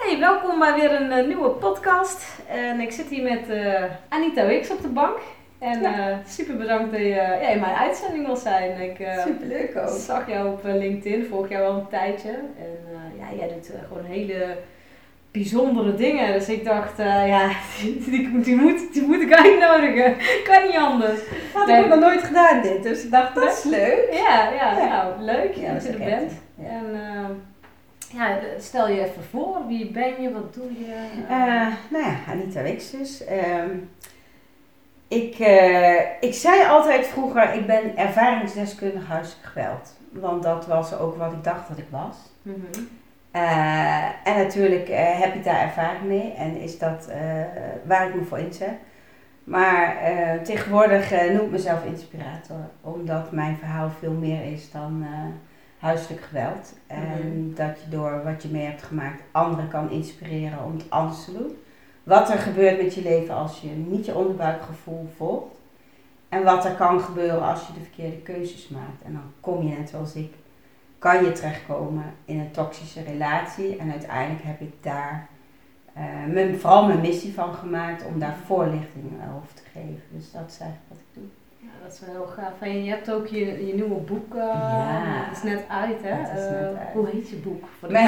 Hey, welkom bij weer een nieuwe podcast. En ik zit hier met Anita Wicks op de bank. En super bedankt dat je in mijn uitzending wil zijn. Superleuk ook. Zag jou op LinkedIn, volg jou al een tijdje. En jij doet gewoon hele bijzondere dingen. Dus ik dacht, die moet ik uitnodigen. Kan niet anders. Had ik ook nog nooit gedaan dit, dus ik dacht, dat is leuk. Ja. Nou, leuk dat je er echt. bent. En stel je even voor, wie ben je, wat doe je? Anita Wicks dus. Ik zei altijd vroeger, ik ben ervaringsdeskundige huiselijk geweld. Want dat was ook wat ik dacht dat ik was. Mm-hmm. En natuurlijk heb ik daar ervaring mee en is dat waar ik me voor inzet. Maar tegenwoordig noem ik mezelf inspirator, omdat mijn verhaal veel meer is dan huiselijk geweld. En dat je door wat je mee hebt gemaakt anderen kan inspireren om het anders te doen. Wat er gebeurt met je leven als je niet je onderbuikgevoel volgt. En wat er kan gebeuren als je de verkeerde keuzes maakt. En dan kom je net zoals ik, kan je terechtkomen in een toxische relatie. En uiteindelijk heb ik daar vooral mijn missie van gemaakt om daar voorlichting over te geven. Dus dat is eigenlijk wat ik doe. Ja, dat is wel heel gaaf. En je hebt ook je nieuwe boek, het is net uit hè? Het is net uit. Hoe heet je boek?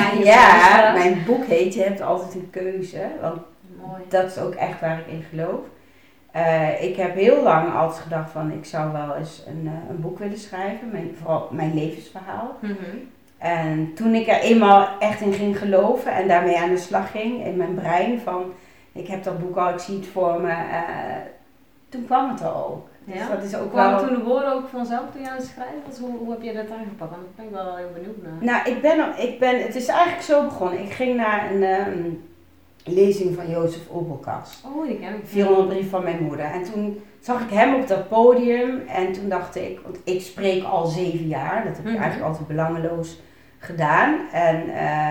Mijn boek heet Je hebt altijd een keuze. Want mooi. Dat is ook echt waar ik in geloof. Ik heb heel lang altijd gedacht van ik zou wel eens een boek willen schrijven. Vooral mijn levensverhaal. Mm-hmm. En toen ik er eenmaal echt in ging geloven en daarmee aan de slag ging in mijn brein van ik heb dat boek al, ik zie het voor me. Toen kwam het er ook. Dus Ja? dat is ook Kwamen wel... toen de woorden ook vanzelf toen je aan het schrijven was? Hoe heb je dat aangepakt? Want daar ben ik wel heel benieuwd naar. Nou, het is eigenlijk zo begonnen. Ik ging naar een lezing van Jozef Oebelkast. Oh, die ken ik. 400 brief van mijn moeder. En toen zag ik hem op dat podium en toen dacht ik, want ik spreek al 7 jaar, dat heb ik eigenlijk altijd belangeloos gedaan. En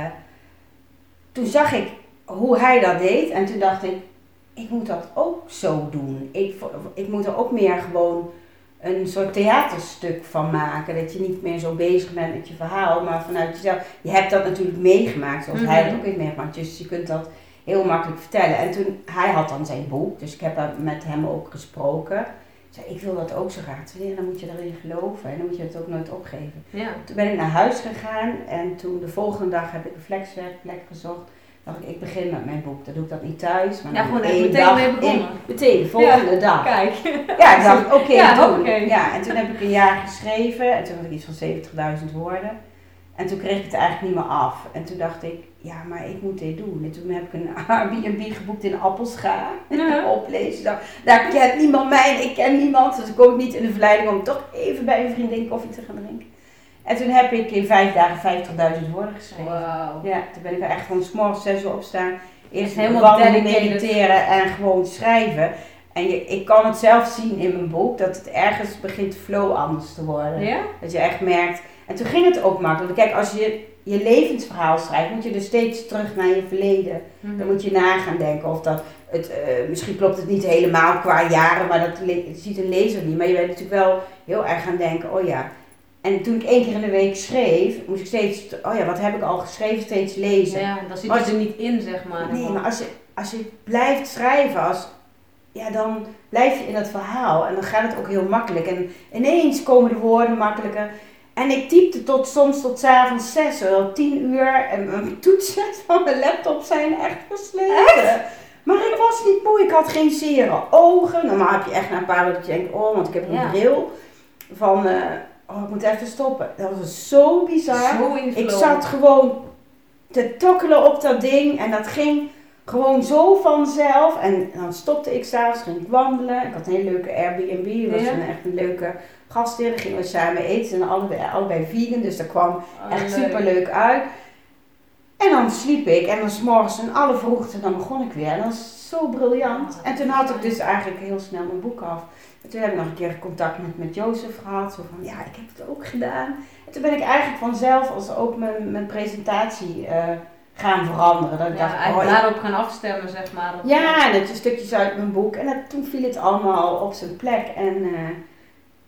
toen zag ik hoe hij dat deed en toen dacht ik moet dat ook zo doen. Ik moet er ook meer gewoon een soort theaterstuk van maken. Dat je niet meer zo bezig bent met je verhaal, maar vanuit jezelf. Je hebt dat natuurlijk meegemaakt, zoals hij dat ook heeft meegemaakt. Dus je kunt dat heel makkelijk vertellen. En toen, hij had dan zijn boek, dus ik heb daar met hem ook gesproken. Ik zei, ik wil dat ook zo graag. Zei, dan moet je erin geloven en dan moet je het ook nooit opgeven. Ja. Toen ben ik naar huis gegaan en toen de volgende dag heb ik een flexwerkplek gezocht. Dacht ik begin met mijn boek. Dan doe ik dat niet thuis, maar Gewoon één meteen dag mee begonnen. meteen, volgende dag. Kijk. Ja, ik dacht, oké, doen. Okay. Ja, en toen heb ik een jaar geschreven en toen had ik iets van 70.000 woorden. En toen kreeg ik het eigenlijk niet meer af. En toen dacht ik, ja, maar ik moet dit doen. En toen heb ik een Airbnb geboekt in Appelscha. Oplezen. Daar kent niemand mij en ik ken niemand. Dus ik kom niet in de verleiding om toch even bij een vriendin koffie te gaan drinken. En toen heb ik in 5 dagen 50.000 woorden geschreven. Wow. Ja, toen ben ik er echt van 's morgens 6 uur opstaan. Eerst helemaal wandelen, mediteren en gewoon schrijven. En ik kan het zelf zien in mijn boek, dat het ergens begint flow anders te worden. Ja? Dat je echt merkt. En toen ging het ook makkelijk. Kijk, als je je levensverhaal schrijft, moet je dus steeds terug naar je verleden. Mm-hmm. Dan moet je na gaan denken of dat, misschien klopt het niet helemaal qua jaren, maar dat ziet een lezer niet. Maar je bent natuurlijk wel heel erg gaan denken, oh ja. En toen ik 1 keer in de week schreef, moest ik steeds, oh ja, wat heb ik al geschreven, steeds lezen. Ja, dan zit je er niet in, zeg maar. Nee, maar als je blijft schrijven, dan blijf je in dat verhaal en dan gaat het ook heel makkelijk. En ineens komen de woorden makkelijker. En ik typte soms tot 's avonds 6 uur, 10 uur. En mijn toetsen van mijn laptop zijn echt versleten. Echt? Maar ik was niet moe, ik had geen zere ogen. Normaal heb je echt na een paar uur dat je denkt, oh, want ik heb een bril. Van, ik moet even stoppen. Dat was zo bizar. Ik zat gewoon te tokkelen op dat ding en dat ging gewoon zo vanzelf. En dan stopte ik s'avonds, ging ik wandelen. Ik had een hele leuke Airbnb, dat was echt een leuke gastheer. Dan gingen we samen eten en allebei vegan, dus dat kwam echt super leuk uit. En dan sliep ik en dan 's morgens in alle vroegte, dan begon ik weer. En dat was zo briljant. En toen had ik dus eigenlijk heel snel mijn boek af. En toen heb ik nog een keer contact met Jozef gehad. Zo van, ja, ik heb het ook gedaan. En toen ben ik eigenlijk vanzelf, als ook mijn presentatie gaan veranderen. Dat ik dacht, daarop gaan afstemmen, zeg maar. Ja, en dat je stukjes uit mijn boek. En toen viel het allemaal op zijn plek. En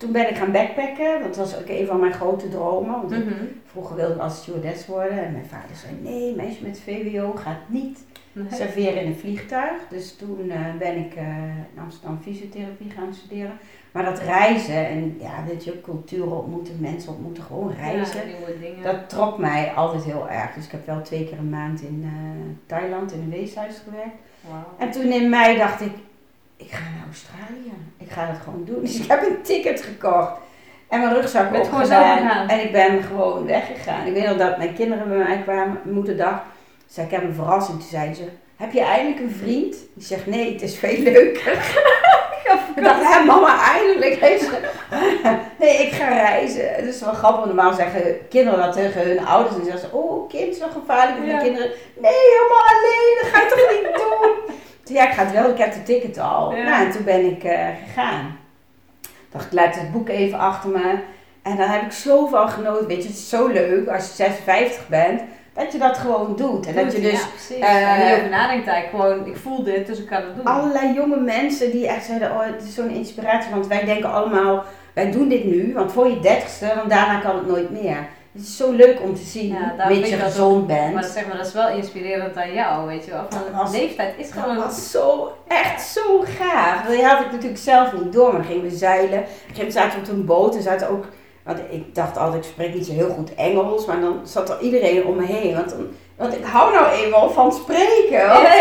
toen ben ik gaan backpacken. Dat was ook een van mijn grote dromen. Want vroeger wilde ik als stewardess worden. En mijn vader zei, nee, meisje met VWO gaat niet serveren in een vliegtuig. Dus toen ben ik in Amsterdam fysiotherapie gaan studeren. Maar dat reizen en weet je, culturen ontmoeten, mensen ontmoeten, gewoon reizen. Ja, nieuwe dingen. Dat trok mij altijd heel erg. Dus ik heb wel 2 keer een maand in Thailand in een weeshuis gewerkt. Wow. En toen in mei dacht ik ga naar Australië. Ik ga dat gewoon doen. Dus ik heb een ticket gekocht. En mijn rugzak opgedaan. En ik ben gewoon weggegaan. Ik weet nog dat mijn kinderen bij mij kwamen, moederdag. Zei, ik heb een verrassing. Toen zeiden ze, heb je eindelijk een vriend? Die zegt, nee, het is veel leuker. Ik dacht, mama, eindelijk heeft ze... Nee, ik ga reizen. Het is wel grappig. Normaal zeggen kinderen dat tegen hun ouders. En dan zeggen ze, oh, kind, zo gevaarlijk met mijn kinderen. Nee, helemaal alleen. Dat ga je toch niet doen? Toen, ik ga het wel. Ik heb de ticket al. Ja. Nou, en toen ben ik gegaan. Dacht, ik laat het boek even achter me. En dan heb ik zoveel genoten. Weet je, het is zo leuk als je 56 bent. Dat je dat gewoon doet. En dat je dus... precies. En niet over nadenkt eigenlijk. Gewoon, ik voel dit, dus ik kan het doen. Allerlei jonge mensen die echt zeiden, oh, het is zo'n inspiratie. Want wij denken allemaal, wij doen dit nu. Want voor je 30ste, want daarna kan het nooit meer. Het is zo leuk om te zien, weet je gezond bent. Maar zeg maar, dat is wel inspirerend aan jou, weet je wel. Van leeftijd is gewoon... Dat was zo, echt zo gaaf. Dat had ik natuurlijk zelf niet door. Maar dan gingen we zeilen. Op een gegeven moment zaten we op een boot. En zaten ook... Want ik dacht altijd, ik spreek niet zo heel goed Engels, maar dan zat er iedereen om me heen. Want ik hou nou eenmaal van spreken.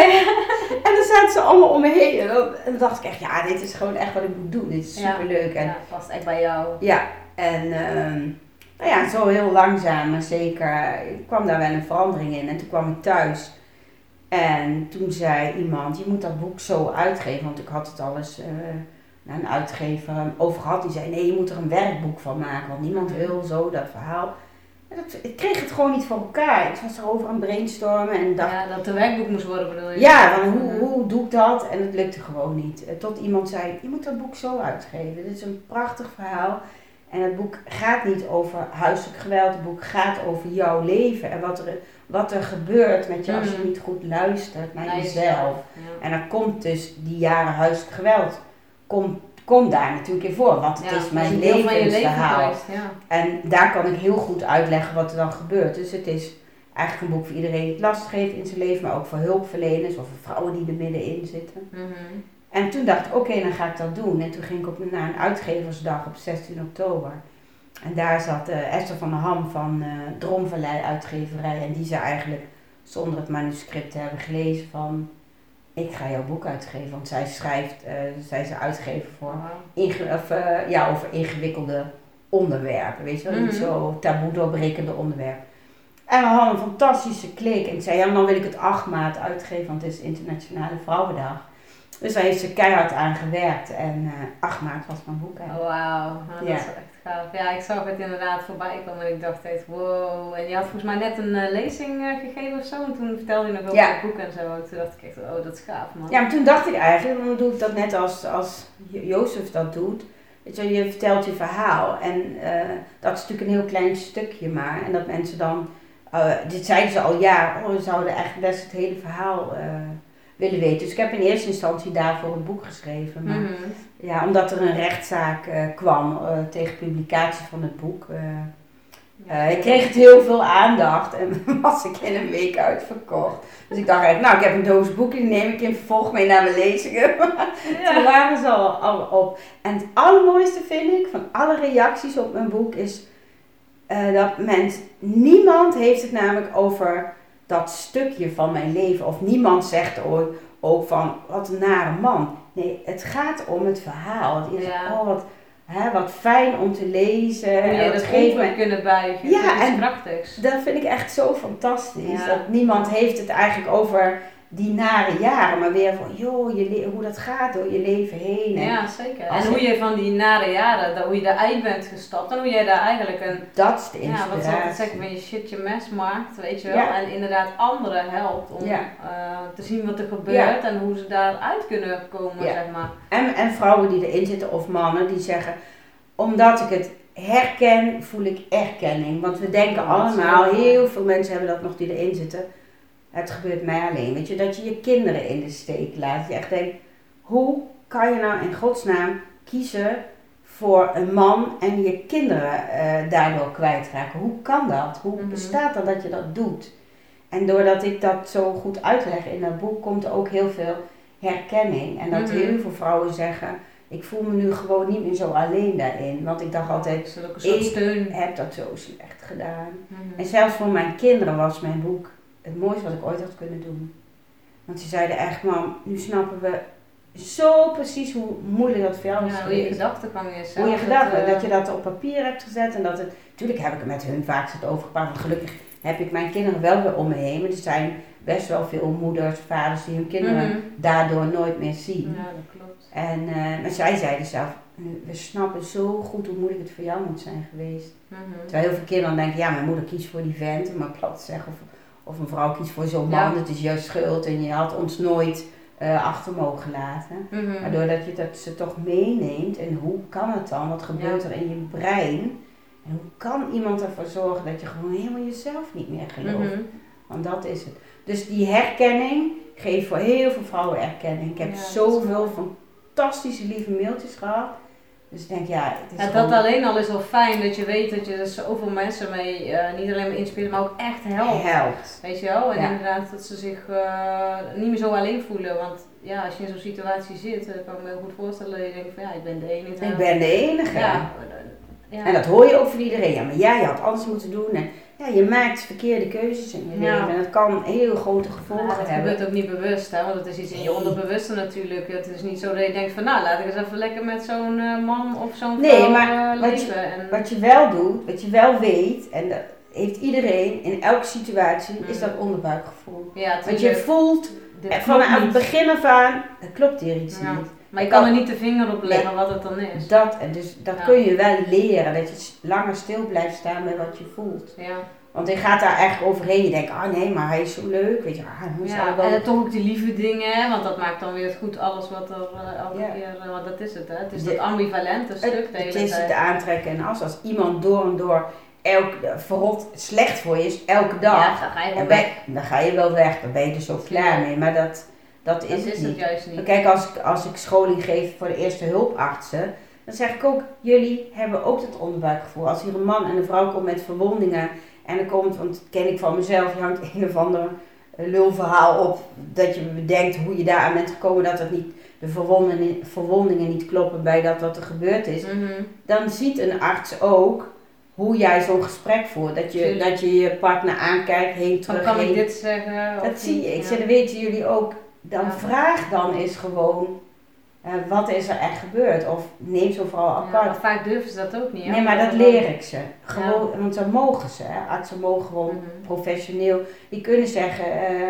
En dan zaten ze allemaal om me heen. En dan dacht ik echt, dit is gewoon echt wat ik moet doen. Dit is superleuk. Ja, past echt bij jou. Ja, en zo heel langzaam, maar zeker, kwam daar wel een verandering in. En toen kwam ik thuis. En toen zei iemand, je moet dat boek zo uitgeven. Want ik had het al eens... naar een uitgever over gehad. Die zei, nee, je moet er een werkboek van maken. Want niemand wil zo dat verhaal. Ik kreeg het gewoon niet voor elkaar. Ik was erover aan brainstormen. En dacht, dat er werkboek moest worden, bedoel je? Ja, van hoe doe ik dat? En het lukte gewoon niet. Tot iemand zei, je moet dat boek zo uitgeven. Dit is een prachtig verhaal. En het boek gaat niet over huiselijk geweld. Het boek gaat over jouw leven. En wat er gebeurt met je als je niet goed luistert naar jezelf. Ja. En dan komt dus die jaren huiselijk geweld. Kom daar natuurlijk in voor, want het is mijn levensverhaal. En daar kan ik heel goed uitleggen wat er dan gebeurt. Dus het is eigenlijk een boek voor iedereen die het lastig heeft in zijn leven, maar ook voor hulpverleners of voor vrouwen die er middenin zitten. En toen dacht ik, oké, dan ga ik dat doen. En toen ging ik naar een uitgeversdag op 16 oktober. En daar zat Esther van der Ham van Droomvallei uitgeverij. En die zei eigenlijk, zonder het manuscript te hebben gelezen van... Ik ga jouw boek uitgeven, want zij is uitgever voor over ingewikkelde onderwerpen, weet je wel, niet zo taboe doorbrekende onderwerpen. En we hadden een fantastische klik en ik zei, dan wil ik het 8 maart uitgeven, want het is Internationale Vrouwendag. Dus daar heeft ze keihard aan gewerkt en 8 maart was mijn boek uit. Wauw, dat is echt gaaf. Ja, ik zag het inderdaad voorbij komen en ik dacht echt wow. En je had volgens mij net een lezing gegeven of zo en toen vertelde je nog over het boek en zo. En toen dacht ik echt, oh dat is gaaf man. Ja, maar toen dacht ik eigenlijk, dan doe ik dat net als Jozef dat doet. Weet je vertelt je verhaal en dat is natuurlijk een heel klein stukje maar. En dat mensen dan, dit zeiden ze al we zouden eigenlijk best het hele verhaal... willen weten. Dus ik heb in eerste instantie daarvoor een boek geschreven. Maar, omdat er een rechtszaak kwam tegen publicatie van het boek. Ik kreeg het heel veel aandacht en was ik in een week uitverkocht. Dus ik dacht eigenlijk, ik heb een doos boeken, die neem ik in vervolg mee naar mijn lezingen. Toen waren ze al op. En het allermooiste vind ik, van alle reacties op mijn boek, is dat niemand heeft het namelijk over... dat stukje van mijn leven. Of niemand zegt ooit ook van, wat een nare man. Nee, het gaat om het verhaal. Het is, wat fijn om te lezen. Hoe je dat geeft kunnen buigen. Ja, dat is en prachtig. Dat vind ik echt zo fantastisch. Dat niemand heeft het eigenlijk over die nare jaren. Maar weer van, hoe dat gaat door je leven heen. Ja, zeker. En hoe je van die nare jaren, hoe je eruit bent gestapt. En hoe jij daar eigenlijk dat is de inspiratie. Ja, wat zal ik het zeggen, van je shit je mes maakt, weet je wel. Ja. En inderdaad anderen helpt om te zien wat er gebeurt. En hoe ze daaruit kunnen komen, zeg maar. En vrouwen die erin zitten of mannen die zeggen, omdat ik het herken, voel ik erkenning. Want we denken allemaal, heel veel mensen hebben dat nog die erin zitten. Het gebeurt mij alleen. Weet je, dat je je kinderen in de steek laat. Je echt denkt, hoe kan je nou in godsnaam kiezen voor een man en je kinderen daardoor kwijtraken. Hoe kan dat? Hoe bestaat dat je dat doet? En doordat ik dat zo goed uitleg in dat boek, komt er ook heel veel herkenning. En dat heel veel vrouwen zeggen, ik voel me nu gewoon niet meer zo alleen daarin. Want ik dacht altijd, ik heb dat zo slecht gedaan. En zelfs voor mijn kinderen was mijn boek het mooiste wat ik ooit had kunnen doen. Want ze zeiden echt, mam, nu snappen we zo precies hoe moeilijk dat voor jou is. Hoe je gedachten kwam jezelf. Hoe je gedachten, dat je dat op papier hebt gezet. En dat het, natuurlijk heb ik het met hun vaak overgepraat. Want gelukkig heb ik mijn kinderen wel weer om me heen. Maar er zijn best wel veel moeders, vaders die hun kinderen daardoor nooit meer zien. Ja, dat klopt. En maar zij zeiden zelf, we snappen zo goed hoe moeilijk het voor jou moet zijn geweest. Terwijl heel veel kinderen denken, ja, mijn moeder kiest voor die vent, om maar plat te zeggen. Of een vrouw kiest voor zo'n man, het is jouw schuld en je had ons nooit achter mogen laten. Maar doordat je dat ze toch meeneemt en hoe kan het dan, wat gebeurt er in je brein en hoe kan iemand ervoor zorgen dat je gewoon helemaal jezelf niet meer gelooft. Want dat is het. Dus die herkenning geeft voor heel veel vrouwen erkenning. Ik heb zoveel fantastische lieve mailtjes gehad. Dus ik denk, het is dat alleen al is wel fijn, dat je weet dat je er zoveel mensen mee niet alleen maar inspireert, maar ook echt helpt. Weet je wel? En inderdaad dat ze zich niet meer zo alleen voelen. Want ja, als je in zo'n situatie zit, kan ik me heel goed voorstellen dat je denkt van ik ben de enige. Ik ben de enige. Ja. En dat hoor je ook van iedereen. Ja, maar jij had alles moeten doen. En je maakt verkeerde keuzes in je leven. En dat kan heel grote gevolgen hebben. Het gebeurt ook niet bewust, hè? Want het is iets in je onderbewuste natuurlijk. Het is niet zo dat je denkt van laat ik eens even lekker met zo'n man of zo'n vrouw maar leven. Wat je wel doet, wat je wel weet, en dat heeft iedereen in elke situatie, is dat onderbuikgevoel. Ja, want je voelt vanaf het begin af aan, er klopt hier iets niet. Maar je kan er niet de vinger op leggen wat het dan is. Dat kun je wel leren, dat je langer stil blijft staan bij wat je voelt. Ja. Want je gaat daar echt overheen. Je denkt, nee, maar hij is zo leuk. Weet je, en toch ook die lieve dingen, hè? Want dat maakt dan weer goed alles wat er elke keer, want dat is het, hè? Het is dat ambivalente stuk de hele tijd. Het is het aantrekken en als iemand door en door verrot slecht voor je is, elke dag, dan ga je wel weg. Dan ben je er zo klaar mee. Maar dat is het niet. Juist niet. Kijk, als ik scholing geef voor de eerste hulpartsen, dan zeg ik ook, jullie hebben ook dat onderbuikgevoel. Als hier een man en een vrouw komt met verwondingen en er komt, want dat ken ik van mezelf, je hangt een of ander lulverhaal op, dat je bedenkt hoe je daaraan bent gekomen dat de verwondingen niet kloppen bij dat wat er gebeurd is. Dan ziet een arts ook hoe jij zo'n gesprek voert. Dat je partner aankijkt, heen, terug, kan ik dit zeggen? Dat zie je. Ik zeg, dat weten jullie ook. Dan vraag dan eens gewoon, wat is er echt gebeurd? Of neem zo'n vrouw apart. Maar vaak durven ze dat ook niet. Nee, maar dat leer ik ze. Gewoon, want dat mogen ze. Hè. Artsen mogen gewoon professioneel. Die kunnen zeggen,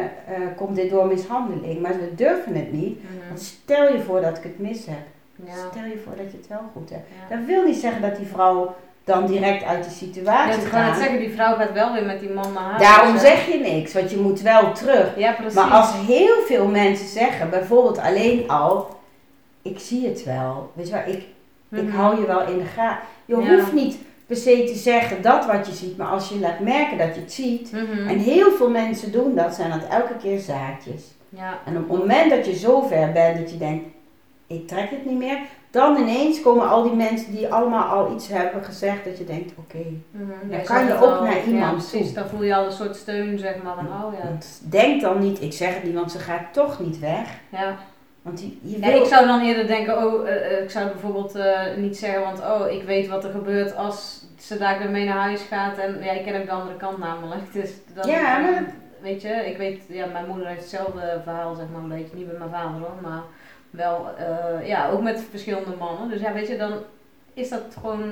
komt dit door mishandeling? Maar ze durven het niet. Want stel je voor dat ik het mis heb. Ja. Stel je voor dat je het wel goed hebt. Ja. Dat wil niet zeggen dat die vrouw dan direct uit die situatie gaat. Ik kan het zeggen, die vrouw gaat wel weer met die man naar huis. Daarom zeg je niks, want je moet wel terug. Ja, precies. Maar als heel veel mensen zeggen, bijvoorbeeld alleen al, ik zie het wel. Weet je wel, ik hou je wel in de gaten. Je hoeft niet per se te zeggen dat wat je ziet, maar als je laat merken dat je het ziet. En heel veel mensen doen dat, zijn dat elke keer zaadjes. Ja. En op het moment dat je zo ver bent dat je denkt, ik trek het niet meer, dan ineens komen al die mensen die allemaal al iets hebben gezegd dat je denkt, oké, dan kan je ook naar iemand toe. Precies, dan voel je al een soort steun, zeg maar, van denk dan niet, ik zeg het niet, want ze gaat toch niet weg. Ja. Want ik zou dan eerder denken, ik zou bijvoorbeeld niet zeggen, want ik weet wat er gebeurt als ze daar mee naar huis gaat. En ik ken ook de andere kant namelijk. Dus dan, weet je, ik weet, mijn moeder heeft hetzelfde verhaal, zeg maar, een beetje, niet met mijn vader hoor, maar wel, ook met verschillende mannen. Dus weet je, dan is dat gewoon...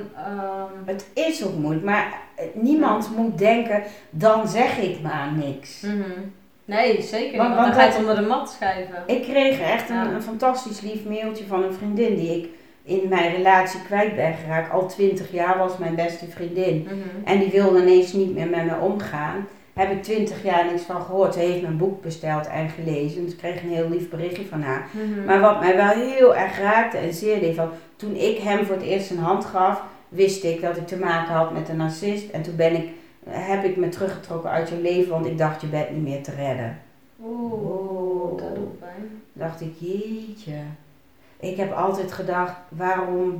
Het is ook moeilijk, maar niemand moet denken, dan zeg ik maar niks. Nee, zeker niet, want dan ga je het onder de mat schuiven. Ik kreeg echt een fantastisch lief mailtje van een vriendin die ik in mijn relatie kwijt ben geraakt. Al 20 jaar was mijn beste vriendin. En die wilde ineens niet meer met me omgaan. Heb ik 20 jaar niks van gehoord. Ze heeft mijn boek besteld en gelezen. Dus ik kreeg een heel lief berichtje van haar. Maar wat mij wel heel erg raakte en zeer deed, van toen ik hem voor het eerst een hand gaf, wist ik dat ik te maken had met een narcist. En toen heb ik me teruggetrokken uit je leven, want ik dacht, je bent niet meer te redden. Dat doet pijn. Dacht ik, jeetje. Ik heb altijd gedacht, waarom...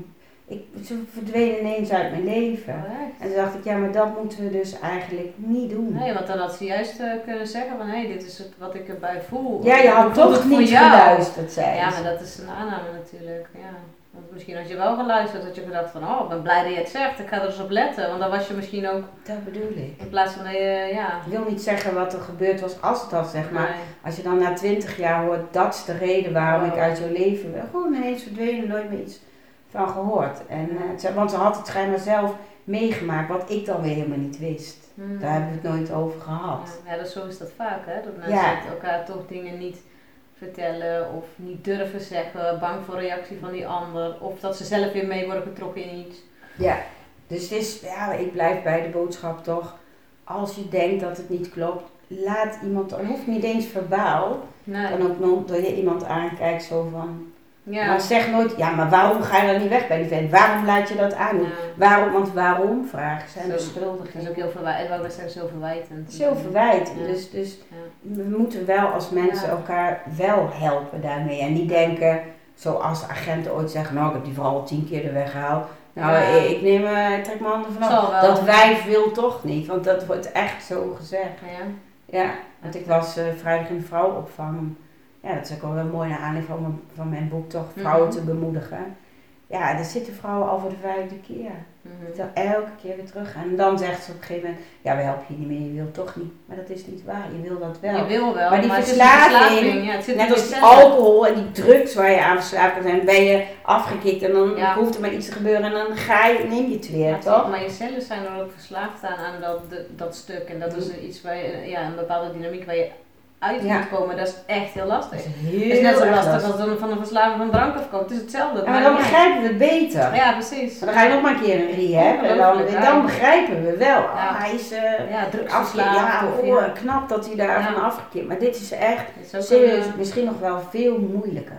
Ze verdween ineens uit mijn leven. En toen dacht ik, ja, maar dat moeten we dus eigenlijk niet doen. Nee, want dan had ze juist kunnen zeggen van, hé, dit is het wat ik erbij voel. Ja, je had toch niet geluisterd, zei Ja, maar dat is een aanname natuurlijk, ja. Want misschien had je wel geluisterd, had je gedacht van, oh, ik ben blij dat je het zegt, ik ga er eens op letten. Want dan was je misschien ook... Dat bedoel ik. In plaats van dat je, ja... Ik wil niet zeggen wat er gebeurd was als het had, zeg maar. Nee. Als je dan na 20 jaar hoort, dat is de reden waarom ik uit jouw leven ben. Gewoon ineens verdwenen, nooit meer iets van gehoord. En, want ze had het schijnbaar zelf meegemaakt, wat ik dan weer helemaal niet wist. Daar hebben we het nooit over gehad. Ja, dus zo is dat vaak, hè. Dat mensen elkaar toch dingen niet vertellen of niet durven zeggen, bang voor reactie van die ander. Of dat ze zelf weer mee worden getrokken in iets. Ja, dus het is, ik blijf bij de boodschap toch. Als je denkt dat het niet klopt, laat iemand, dan hoeft niet eens verbaal. Nee. Dan ook nog door je iemand aankijkt zo van... Ja. Maar zeg nooit, ja, maar waarom ga je dan niet weg bij die vent? Waarom laat je dat aan? Ja. Want vragen zijn de schuldigen. Dat is ook heel verwijtend. Dat is zo verwijtend. Zo verwijtend. Ja. Dus we moeten wel als mensen elkaar wel helpen daarmee. En niet denken, zoals agenten ooit zeggen, nou ik heb die vrouw al 10 keer er weggehaald. Nou, ik trek mijn handen vanaf. Dat wijf wil toch niet, want dat wordt echt zo gezegd. Ja, want ik was vrijdag in de vrouwenopvang. Ja, dat is ook wel mooi naar aanleiding van mijn boek toch, vrouwen te bemoedigen. Ja, daar zitten vrouwen al voor de 5e keer. Dan elke keer weer terug. En dan zegt ze op een gegeven moment, ja, we helpen je niet meer, je wilt toch niet. Maar dat is niet waar, je wil dat wel. Je wil wel, maar die verslaving, het zit net als alcohol en die drugs waar je aan verslaafd kan zijn, ben je afgekikt en dan hoeft er maar iets te gebeuren en dan neem je het weer, toch? Maar je cellen zijn er ook verslaafd aan dat stuk. En dat is iets waar je, een bepaalde dynamiek waar je uit moet komen, dat is echt heel lastig. Het is net zo lastig als van een verslaving van drank afkomen. Het is hetzelfde. Maar dan begrijpen we het beter. Ja, precies. Maar dan ga je nog maar een keer een rehab en dan begrijpen we wel. Hij is drugsverslaafd. Knap dat hij daarvan afgekeerd. Maar dit is echt serieus, misschien nog wel veel moeilijker.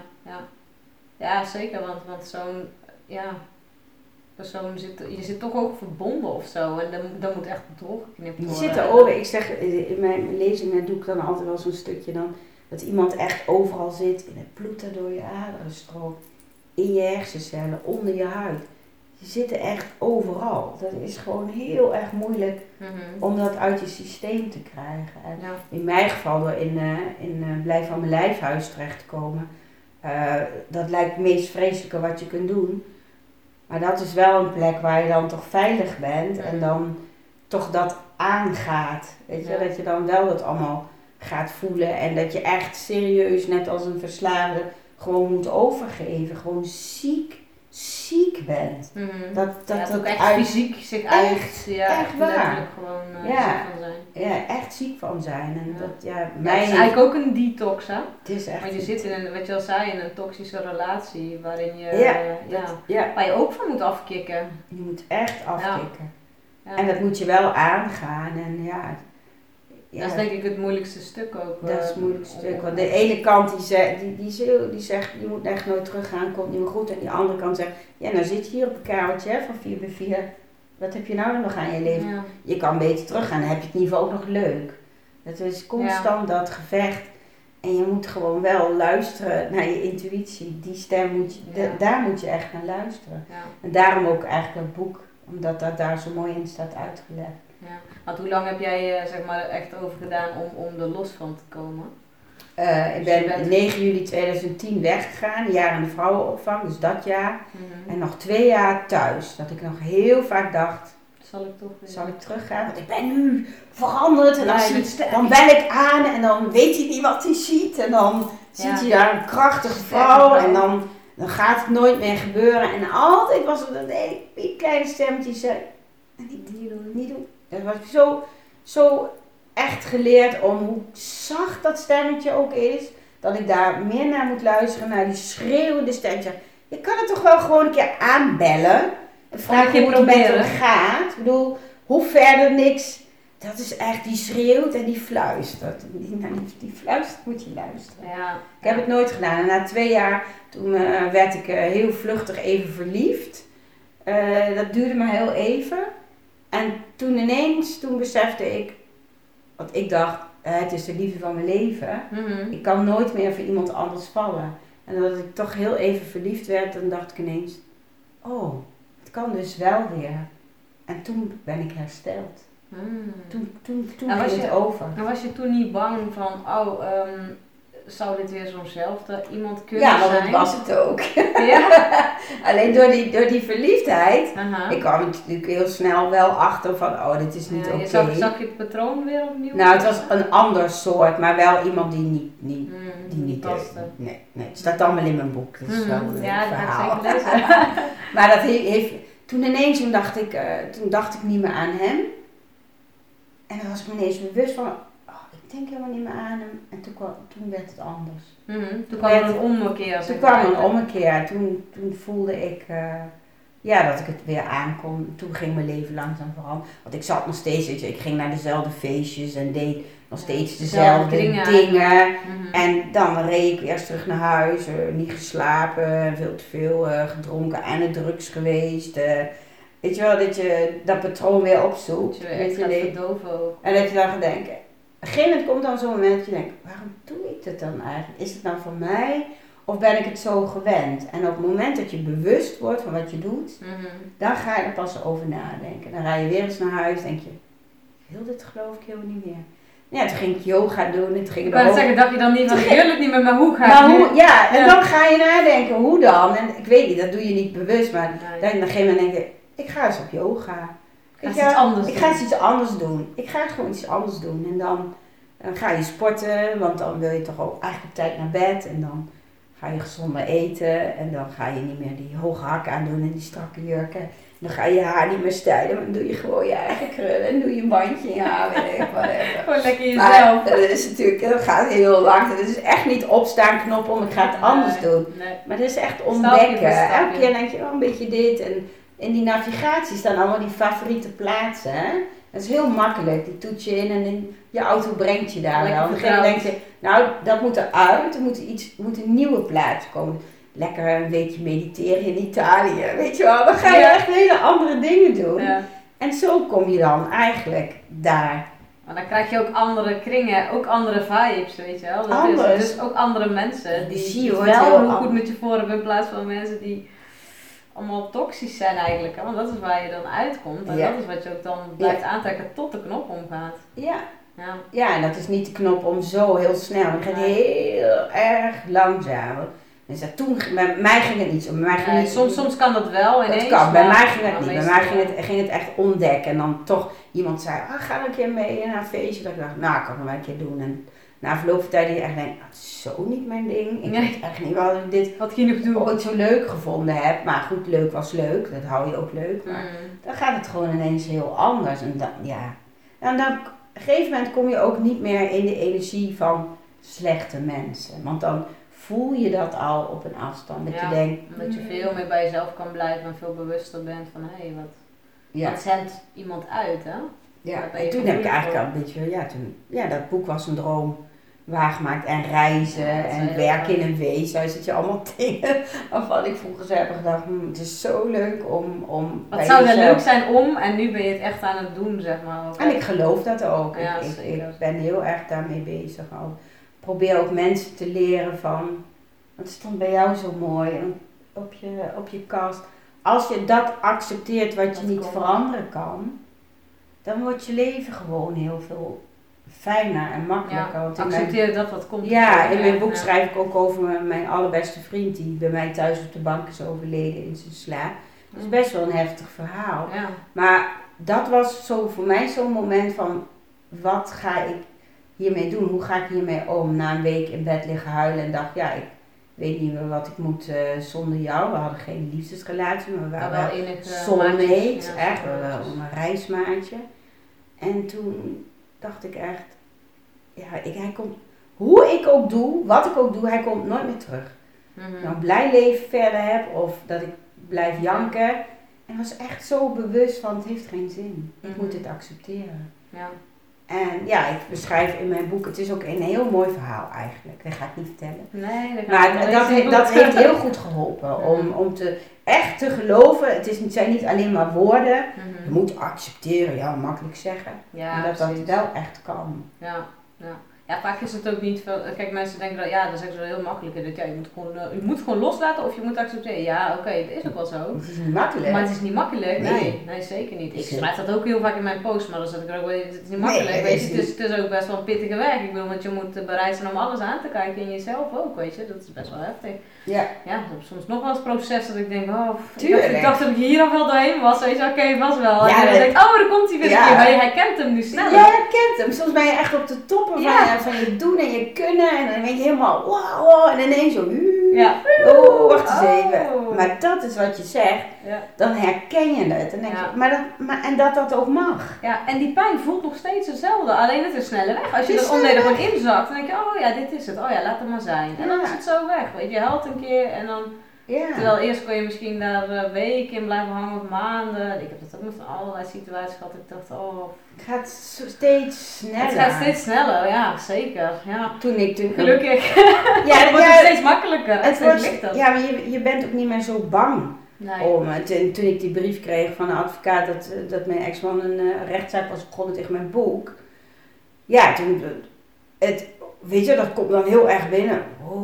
Ja, zeker, want zo'n persoon je zit toch ook verbonden of zo en dan moet echt doorgeknipt worden. Je zit erover, ik zeg in mijn lezingen doe ik dan altijd wel zo'n stukje dan, dat iemand echt overal zit en het bloed er door je aderen stroomt, in je hersencellen, onder je huid. Je zit er echt overal. Dat is gewoon heel erg moeilijk om dat uit je systeem te krijgen. En in mijn geval door in Blijf van mijn lijfhuis terecht te komen, dat lijkt het meest vreselijke wat je kunt doen. Maar dat is wel een plek waar je dan toch veilig bent en dan toch dat aangaat. Weet je, dat je dan wel dat allemaal gaat voelen en dat je echt serieus, net als een verslaafde, gewoon moet overgeven. Gewoon ziek bent. Dat ook echt fysiek zich uit. Echt waar. Gewoon ziek van zijn. Ja, echt ziek van zijn. En dat, het is eigenlijk ook een detox, hè? Het is echt. Want je zit in wat je al zei, in een toxische relatie waarin je, waar je ook van moet afkicken. Je moet echt afkicken. Ja. En dat moet je wel aangaan. En dat is denk ik het moeilijkste stuk ook. Dat is het moeilijkste stuk. Want de ene kant die zegt, je moet echt nooit teruggaan, komt niet meer goed. En die andere kant zegt, ja, nou zit je hier op een kamertje van 4x4. Wat heb je nou nog aan je leven? Ja. Je kan beter teruggaan, dan heb je het niveau ook nog leuk. Het is constant dat gevecht. En je moet gewoon wel luisteren naar je intuïtie. Die stem daar moet je echt naar luisteren. Ja. En daarom ook eigenlijk het boek, omdat dat daar zo mooi in staat uitgelegd. Ja. Want hoe lang heb jij zeg maar echt over gedaan om er los van te komen? Ik ben 9 juli 2010 weggegaan, een jaar in de vrouwenopvang, dus dat jaar. En nog 2 jaar thuis. Dat ik nog heel vaak dacht, zal ik teruggaan? Want ik ben nu veranderd. En dan bel ik aan en dan weet hij niet wat hij ziet. En dan ziet hij daar een krachtige vrouw en dan gaat het nooit meer gebeuren. En altijd was er een kleine stemmetje die zei, niet doen. Dat was zo echt geleerd om hoe zacht dat stemmetje ook is. Dat ik daar meer naar moet luisteren, naar die schreeuwende stemmetje. Je kan het toch wel gewoon een keer aanbellen. En vragen hoe het met hem gaat. Ik bedoel, hoe verder niks. Dat is echt, die schreeuwt en die fluistert. Die fluistert moet je luisteren. Ja. Ik heb het nooit gedaan. En na 2 jaar, toen werd ik heel vluchtig even verliefd. Dat duurde maar heel even. En toen besefte ik, want ik dacht, het is de liefde van mijn leven. Ik kan nooit meer voor iemand anders vallen. En dat ik toch heel even verliefd werd, dan dacht ik ineens, oh, het kan dus wel weer. En toen ben ik hersteld. Toen ging het over. En was je toen niet bang van, zou dit weer zo'nzelfde iemand kunnen zijn? Ja, want dat was het ook. Ja? Alleen door die verliefdheid, ik kwam natuurlijk heel snel wel achter van, dit is niet oké. Zag je het patroon weer opnieuw? Nou, het was een ander soort, maar wel iemand die niet paste. Nee, het staat allemaal in mijn boek. Dat is wel een verhaal. Dat ga ik zeker lezen. Maar dat heeft, toen ineens, toen dacht ik niet meer aan hem. En dan was ik me ineens bewust van, ik denk helemaal niet meer aan hem. En toen werd het anders. Toen kwam er een ommekeer. Toen kwam er een ommekeer. Toen voelde ik dat ik het weer aankon. Toen ging mijn leven langzaam veranderen. Want ik zat nog steeds, ik ging naar dezelfde feestjes en deed nog steeds dezelfde dingen. En dan reed ik weer terug naar huis. Niet geslapen, veel te veel gedronken, aan de drugs geweest. Weet je wel, dat je dat patroon weer opzoekt. Dat je weer echt gaat verdoven ook. En dat je dan gaat denken. Op een gegeven moment komt dan zo'n moment dat je denkt, waarom doe ik dit dan eigenlijk? Is het nou voor mij of ben ik het zo gewend? En op het moment dat je bewust wordt van wat je doet, dan ga je er pas over nadenken. Dan rij je weer eens naar huis, denk je, dit geloof ik helemaal niet meer. Ja, toen ging ik yoga doen. Ik wou zeggen, dacht je dan niet van, heerlijk niet meer, maar hoe ga ik nu? Ja, en dan ga je nadenken, hoe dan? En ik weet niet, dat doe je niet bewust, maar dan op een gegeven moment denk je, ik ga eens op yoga. Ik ga eens iets anders doen. Ik ga gewoon iets anders doen. En dan ga je sporten, want dan wil je toch ook eigenlijk op tijd naar bed. En dan ga je gezonder eten. En dan ga je niet meer die hoge hakken aandoen en die strakke jurken. En dan ga je je haar niet meer stylen, maar dan doe je gewoon je eigen krullen. En doe je een bandje in je haar, weet ik wat. Gewoon lekker jezelf. Maar dat gaat heel lang. Het is echt niet opstaan knop om, ik ga het anders doen. Nee. Maar het is echt ontdekken. Elke keer denk je, een beetje dit en... In die navigatie staan allemaal die favoriete plaatsen. Hè? Dat is heel makkelijk. Die toets je in en je auto brengt je daar wel. Op een gegeven moment denk je, dat moet eruit. Er moet een nieuwe plaats komen. Lekker een weekje mediteren in Italië. Weet je wel, dan ga je echt hele andere dingen doen. Ja. En zo kom je dan eigenlijk daar. Maar dan krijg je ook andere kringen, ook andere vibes, weet je wel. Dus ook andere mensen die wel heel goed met je voor hebben in plaats van mensen die... allemaal toxisch zijn eigenlijk, hè? Want dat is waar je dan uitkomt. En dat is wat je ook dan blijft aantrekken tot de knop omgaat. Ja, en dat is niet de knop om zo heel snel. Het gaat heel erg langzaam. Dus bij mij ging het niet zo. Soms kan dat wel ineens. Dat kan, bij mij ging het niet. Bij mij ging het echt ontdekken. En dan toch iemand zei, ga een keer mee naar een feestje. Dat ik dacht, ik kan het wel een keer doen. En na verloop van tijd die je echt denkt, dat is zo niet mijn ding. Ik weet echt niet wat ik dit ooit zo leuk gevonden heb. Maar goed, leuk was leuk. Dat hou je ook leuk. Maar dan gaat het gewoon ineens heel anders. En dan op een gegeven moment kom je ook niet meer in de energie van slechte mensen. Want dan voel je dat al op een afstand. Dat je denkt... Dat je veel meer bij jezelf kan blijven en veel bewuster bent van, wat zendt iemand uit, hè? Ja, en toen heb ik eigenlijk al een beetje, dat boek was een droom waargemaakt en reizen en werken in een weeshuis, dat je allemaal dingen waarvan ik vroeger zo heb gedacht, het is zo leuk om wat zou er leuk zijn en nu ben je het echt aan het doen, zeg maar. En ik geloof dat ook. Ja, ik ben heel erg daarmee bezig al. Ik probeer ook mensen te leren van, wat stond bij jou zo mooi op je kast, als je dat accepteert wat je niet veranderen kan, dan wordt je leven gewoon heel veel fijner en makkelijker. Want accepteer dat wat komt. Ja, in mijn boek schrijf ik ook over mijn allerbeste vriend die bij mij thuis op de bank is overleden in zijn slaap. Dat is best wel een heftig verhaal. Ja. Maar dat was voor mij zo'n moment van, wat ga ik hiermee doen? Hoe ga ik hiermee om? Na een week in bed liggen huilen en dacht, ik weet niet meer wat ik moet zonder jou. We hadden geen liefdesrelatie, maar we waren wel soulmates. Echt, we waren een reismaatje. En toen dacht ik echt, hij komt, hoe ik ook doe, wat ik ook doe, hij komt nooit meer terug. Nou, een blij leven verder heb of dat ik blijf janken. En was echt zo bewust van, het heeft geen zin. Ik moet dit accepteren. Ja. En ik beschrijf in mijn boek, het is ook een heel mooi verhaal eigenlijk. Dat ga ik niet vertellen. Nee, maar dat heeft heel goed geholpen om echt te geloven. Het zijn niet alleen maar woorden. Je moet accepteren, makkelijk zeggen. Ja, maar dat wel echt kan. Ja. Ja, vaak is het ook niet veel. Kijk, mensen denken dat, ja, dat is echt zo heel makkelijk. Dat, ja, je moet gewoon loslaten of je moet accepteren. Ja, oké, dat is ook wel zo. Het is niet makkelijk. Maar het is niet makkelijk. Nee, zeker niet. Ik schrijf dat ook heel vaak in mijn post, maar dan zet ik er ook wel, het is niet makkelijk. Nee, weet je, het is ook best wel een pittige werk. Ik bedoel, want je moet bereid zijn om alles aan te kijken in jezelf ook, weet je. Dat is best wel heftig. Ja. Ja, dat is soms nog wel eens proces dat ik denk, Tuurlijk. ik dacht dat ik hier al wel doorheen was. Weet je, oké, was wel. Ja, en dan denk ik, daar komt hij weer een keer. Maar je herkent hem nu sneller. Jij herkent hem. Soms ben je echt op de toppen van je doen en je kunnen. En dan ben je helemaal wow. En ineens zo. Oh, wacht eens even. Maar dat is wat je zegt. Ja. Dan herken je het. En denk je, en dat ook mag. Ja, en die pijn voelt nog steeds hetzelfde. Alleen het is sneller weg. Als je er onderdeel gewoon inzakt, dan denk je, oh ja, dit is het. Oh ja, laat het maar zijn. En dan is het zo weg. Weet je, je huilt een keer en dan... Ja. Terwijl eerst kon je misschien daar weken in blijven hangen of maanden. Ik heb dat ook met allerlei situaties gehad. Ik dacht, het gaat steeds sneller. Het gaat steeds sneller, ja, zeker. Ja. Gelukkig. Het wordt steeds makkelijker. Het wordt lichter. Ja, maar je bent ook niet meer zo bang. Nee. Toen ik die brief kreeg van een advocaat dat mijn ex-man een rechtszaak was begonnen tegen mijn boek. Ja, toen... weet je, dat komt dan heel erg binnen.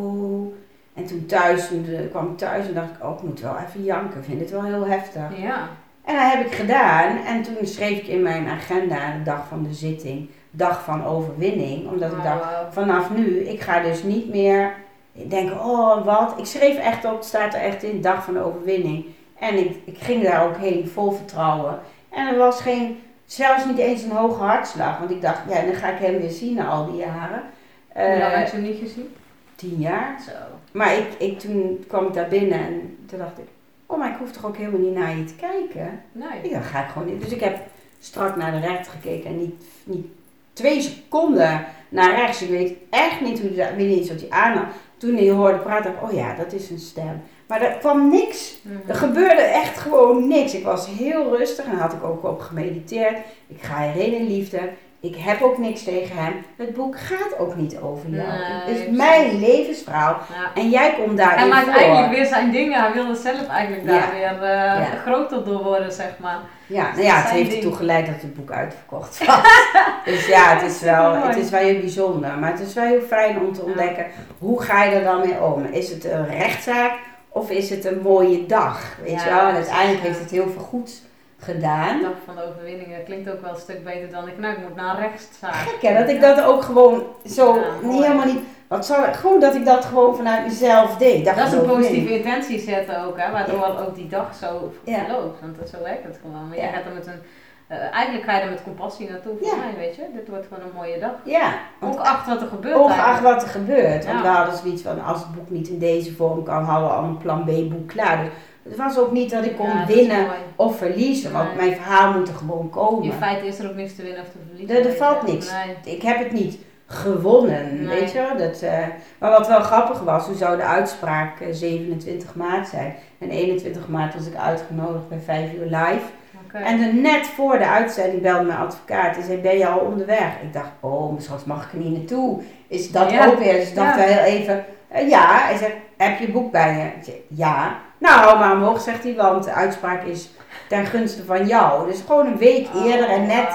En toen kwam ik thuis en dacht ik, ik moet wel even janken. Ik vind het wel heel heftig. Ja. En dat heb ik gedaan. En toen schreef ik in mijn agenda de dag van de zitting, dag van overwinning. Omdat ik dacht, vanaf nu, ik ga dus niet meer denken, wat. Ik schreef echt op, het staat er echt in, dag van de overwinning. En ik ging daar ook heen, vol vertrouwen. En er was zelfs niet eens een hoge hartslag. Want ik dacht, dan ga ik hem weer zien na al die jaren. Hoe lang heb je hem niet gezien? 10 jaar. Zo. Maar toen kwam ik daar binnen en toen dacht ik, maar ik hoef toch ook helemaal niet naar je te kijken. Nee. Dan ga ik gewoon niet. Dus ik heb strak naar de rechter gekeken en niet 2 seconden naar rechts. Ik weet echt niet hoe die aannam. Toen hij hoorde praten, dacht ik, dat is een stem. Maar er kwam niks. Mm-hmm. Er gebeurde echt gewoon niks. Ik was heel rustig en had ik ook op gemediteerd. Ik ga hierin in liefde. Ik heb ook niks tegen hem. Het boek gaat ook niet over jou. Het is mijn levensverhaal. Ja. En jij komt daarin voor. Hij maakt eigenlijk weer zijn dingen. Hij wilde zelf eigenlijk daar weer groter door worden, zeg maar. Ja, het heeft ertoe geleid dat het boek uitverkocht was. Dus het is wel heel bijzonder. Maar het is wel heel fijn om te ontdekken, hoe ga je er dan mee om? Is het een rechtszaak of is het een mooie dag? Weet je wel? En uiteindelijk heeft het heel veel goeds gedaan. De dag van de overwinningen klinkt ook wel een stuk beter dan ik moet naar rechts staan. Gek hè, dat ik dat ook gewoon zo helemaal niet... Gewoon dat ik dat gewoon vanuit mezelf deed. Dat is een positieve intentie zetten ook, hè, waardoor ook die dag zo verloopt. Want zo werkt het gewoon. Maar jij gaat er met eigenlijk ga je er met compassie naartoe voor mij, weet je. Dit wordt gewoon een mooie dag. Ja. Ongeacht wat er gebeurt. Ongeacht wat er gebeurt. Want we hadden zoiets van, als het boek niet in deze vorm kan, houden we al een plan B boek klaar. Dus het was ook niet dat ik kon winnen of verliezen, want mijn verhaal moet er gewoon komen. In feite is er ook niks te winnen of te verliezen. Er valt niks. Nee. Ik heb het niet gewonnen, weet je wel. Maar wat wel grappig was, toen zou de uitspraak 27 maart zijn. En 21 maart was ik uitgenodigd bij 5 uur live. Okay. En net voor de uitzending belde mijn advocaat en zei, ben je al onderweg? Ik dacht, straks mag ik er niet naartoe. Is dat ook weer? Dus ik dacht wel heel even, Hij zei, heb je boek bij je? Ik zei, ja. Nou, hou maar omhoog, zegt hij, want de uitspraak is ten gunste van jou. Dus gewoon een week eerder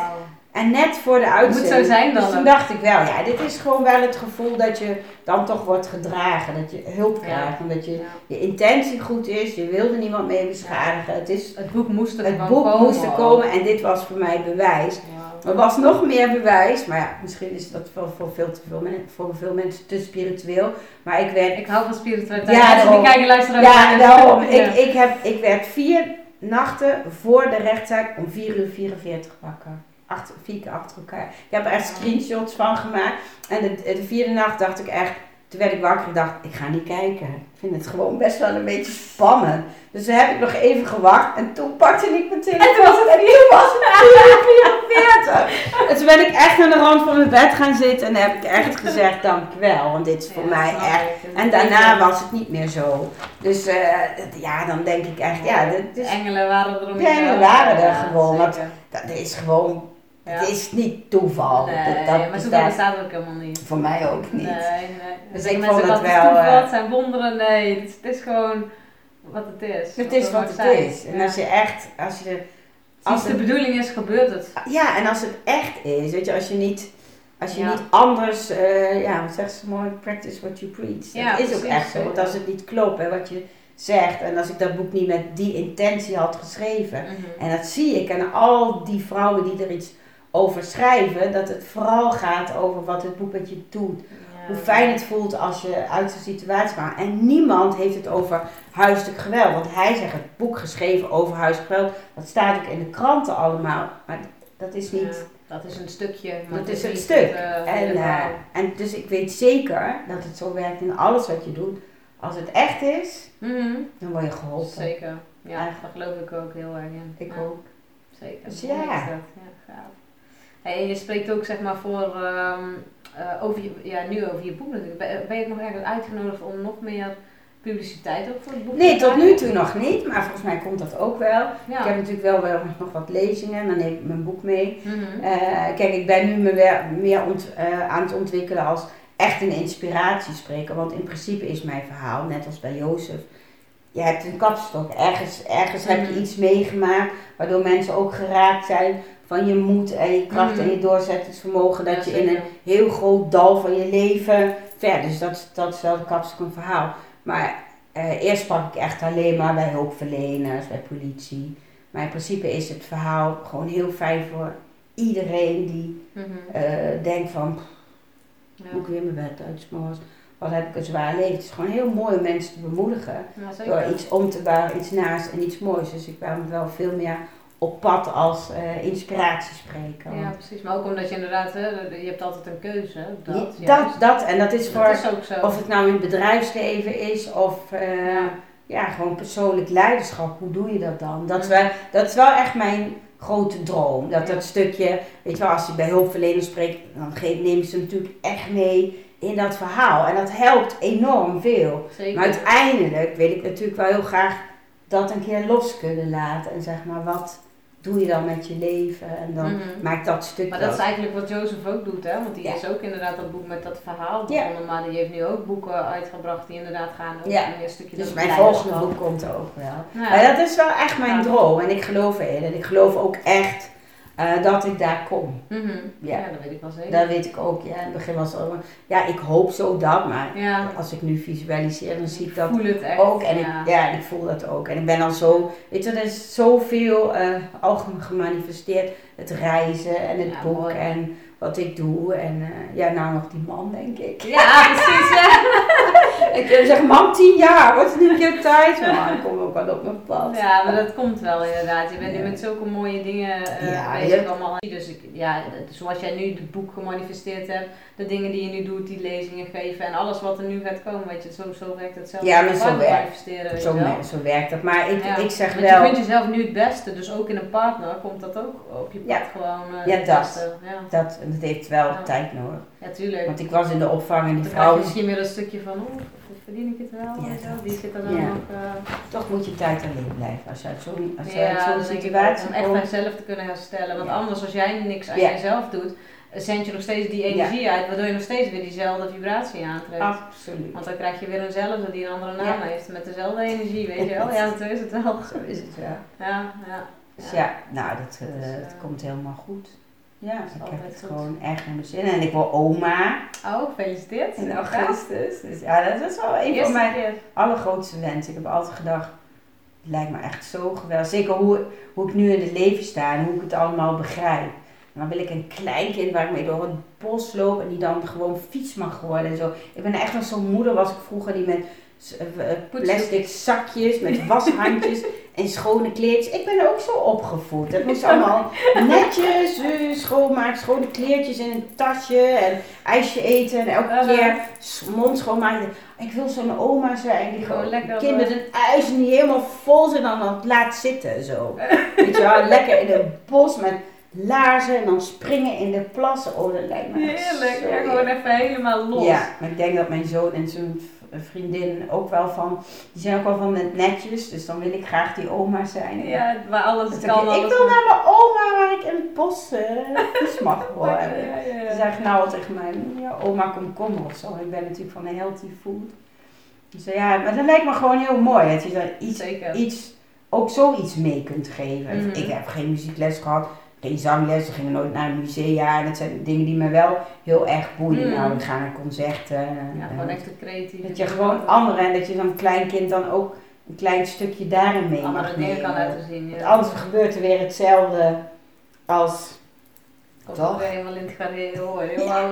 en net voor de uitzending. Moet zo zijn dan. Dus toen dacht ik wel, dit is gewoon wel het gevoel dat je dan toch wordt gedragen. Dat je hulp krijgt. Omdat je intentie goed is. Je wilde niemand mee beschadigen. Het boek moest er komen. En dit was voor mij bewijs. Er was nog meer bewijs. Maar misschien is dat voor veel mensen te spiritueel. Maar ik hou van spiritualiteit. Ja, die kijken, luisteren. Ja, daarom. Ik werd 4 nachten voor de rechtszaak om 4:44 wakker. 4 keer achter elkaar. Ik heb er echt screenshots van gemaakt. En de 4e nacht dacht ik echt, toen werd ik wakker en dacht, ik ga niet kijken. Ik vind het gewoon best wel een beetje spannend. Dus toen heb ik nog even gewacht en toen pakte ik mijn telefoon. En toen was het 4:44. En toen ben ik echt aan de rand van mijn bed gaan zitten en heb ik echt gezegd, dankjewel. Want dit is voor mij echt. En daarna was het niet meer zo. Dus dan denk ik echt, de engelen waren er om. De engelen waren er gewoon. Want dat is gewoon... Het is niet toeval. Nee, maar zo bestaat het ook helemaal niet. Voor mij ook niet. Nee. Dus ik vond het wel... Het zijn wonderen, nee. Het is gewoon wat het is. Het is wat het is. En als de bedoeling is, gebeurt het. Ja, en als het echt is, weet je, als je niet Als je niet anders, wat zegt ze mooi, practice what you preach. Dat is ook echt zo, want als het niet klopt, hè, wat je zegt. En als ik dat boek niet met die intentie had geschreven. En dat zie ik. En al die vrouwen die er iets over schrijven, dat het vooral gaat over wat het boek met je doet. Hoe fijn het voelt als je uit zo'n situatie maakt. En niemand heeft het over huiselijk geweld. Want hij zegt het boek geschreven over huiselijk geweld. Dat staat ook in de kranten allemaal. Maar dat is niet... dat is een stukje. Maar dat is het stuk. En dus ik weet zeker dat het zo werkt in alles wat je doet. Als het echt is, dan word je geholpen. Zeker. Ja, daar geloof ik ook heel erg in. Ik ook. Zeker. Dus gaaf. Hey, je spreekt ook zeg maar voor... nu over je boek natuurlijk. Ben je nog ergens uitgenodigd om nog meer publiciteit ook voor het boek te Nee, tot nu toe nog niet, maar volgens mij komt dat ook wel. Ja. Ik heb natuurlijk wel nog wat lezingen en dan neem ik mijn boek mee. Kijk, ik ben nu me meer aan het ontwikkelen als echt een inspiratiespreker, want in principe is mijn verhaal, net als bij Jozef, je hebt een kapstok. Ergens heb je iets meegemaakt waardoor mensen ook geraakt zijn van je moed en je kracht en je doorzettingsvermogen. Dat je in een heel groot dal van je leven verder. Dus dat is wel de kapstok een verhaal. Maar eerst sprak ik echt alleen maar bij hulpverleners, bij politie. Maar in principe is het verhaal gewoon heel fijn voor iedereen die denkt van... Moet ik weer mijn bed uit 's morgens? Wat heb ik een zwaar leven? Het is gewoon heel mooi om mensen te bemoedigen. Door iets om te bouwen, iets naast en iets moois. Dus ik ben wel veel meer op pad als inspiratiespreker. Ja, precies. Maar ook omdat je inderdaad, je hebt altijd een keuze. En dat is voor, dat is ook zo. Of het nou in het bedrijfsleven is of gewoon persoonlijk leiderschap. Hoe doe je dat dan? Dat is wel echt mijn grote droom. Dat stukje, weet je wel, als je bij hulpverleners spreekt, dan nemen ze natuurlijk echt mee in dat verhaal. En dat helpt enorm veel. Zeker. Maar uiteindelijk wil ik natuurlijk wel heel graag dat een keer los kunnen laten. En zeg maar, wat doe je dan met je leven? En dan maakt dat stuk. Maar dat is eigenlijk wat Jozef ook doet, hè? Want die is ook inderdaad dat boek met dat verhaal begonnen. Maar die heeft nu ook boeken uitgebracht die inderdaad gaan over een stukje. Dus mijn volgende boek komt er ook wel. Ja. Maar dat is wel echt mijn droom. En ik geloof erin. En ik geloof ook echt dat ik daar kom. Ja, dat weet ik wel zeker. Dat weet ik ook. Ja, in het begin was het ook, ik hoop zo dat. Maar als ik nu visualiseer, dan zie ik dat ook. En ik voel dat ook. En ik ben al zo, weet je, er is zoveel al gemanifesteerd. Het reizen en het boek mooi. En wat ik doe. En nou nog die man, denk ik. Ja, precies. Ja. Ik zeg, man, 10 jaar, wordt het niet een keer tijd? Maar ik kom ook wel op mijn pad. Ja, maar dat komt wel inderdaad. Je bent nu met zulke mooie dingen bezig allemaal. Dus zoals jij nu het boek gemanifesteerd hebt, de dingen die je nu doet, die lezingen geven en alles wat er nu gaat komen, weet je, zo werkt het zelf. Ja, maar zo werkt het. Maar ik zeg wel... Want je vindt jezelf nu het beste, dus ook in een partner komt dat ook op je pad gewoon het beste. Dat heeft wel tijd nodig. Ja, tuurlijk. Want ik was in de opvang en die dan vrouw... Dan misschien weer een stukje van, verdien ik het wel? Die zit er dan ook... Toch moet je tijd alleen blijven als je uit zo'n situatie om echt bij jezelf te kunnen herstellen. Want anders, als jij niks aan jezelf doet, zend je nog steeds die energie uit, waardoor je nog steeds weer diezelfde vibratie aantrekt. Absoluut. Want dan krijg je weer eenzelfde die een andere naam heeft, met dezelfde energie, weet je wel? Ja, zo is het wel. Zo is het wel. Ja. Dus dat komt helemaal goed. Ja, ik heb het gewoon echt in mijn zin. En ik word oma. Oh, gefeliciteerd. In augustus. Dus dat is wel een van mijn allergrootste wensen. Ik heb altijd gedacht, het lijkt me echt zo geweldig. Zeker hoe ik nu in het leven sta en hoe ik het allemaal begrijp. En dan wil ik een kleinkind waar ik mee door het bos loop en die dan gewoon fiets mag worden en zo. Ik ben echt wel zo'n moeder, was ik vroeger, die met plastic zakjes, met washandjes en schone kleertjes. Ik ben ook zo opgevoed. Dat moest allemaal netjes schoonmaken, schone kleertjes in een tasje en ijsje eten en elke keer mond schoonmaken. Ik wil zo'n oma zijn die gewoon kind met een ijs en die helemaal vol zit en dan laat zitten zo. Weet je wel, lekker in het bos met laarzen en dan springen in de plassen. Oh, dat lijkt me heerlijk. Ja, gewoon even helemaal los. Ja, maar ik denk dat mijn zoon en zijn vriendin ook wel van, die zijn ook wel van het netjes, dus dan wil ik graag die oma zijn. Ja, waar alles kan. Ik wil naar mijn oma waar ik in het bos fiets mag worden. Ze zegt nou tegen mij, oma komkommer of zo. Ik ben natuurlijk van een healthy food. Dus maar dat lijkt me gewoon heel mooi, dat je dan ook zoiets mee kunt geven. Ik heb geen muziekles gehad. geen zangles, we gingen nooit naar een musea. En dat zijn dingen die me wel heel erg boeien. Nou, we gaan naar concerten. Ja, gewoon echt een creatief. Dat je gewoon anderen, en dat je zo'n klein kind dan ook een klein stukje daarin mee andere mag dingen nemen. kan laten zien. Want anders gebeurt er weer hetzelfde als... Toch? Helemaal in het gareel hoor. Helemaal,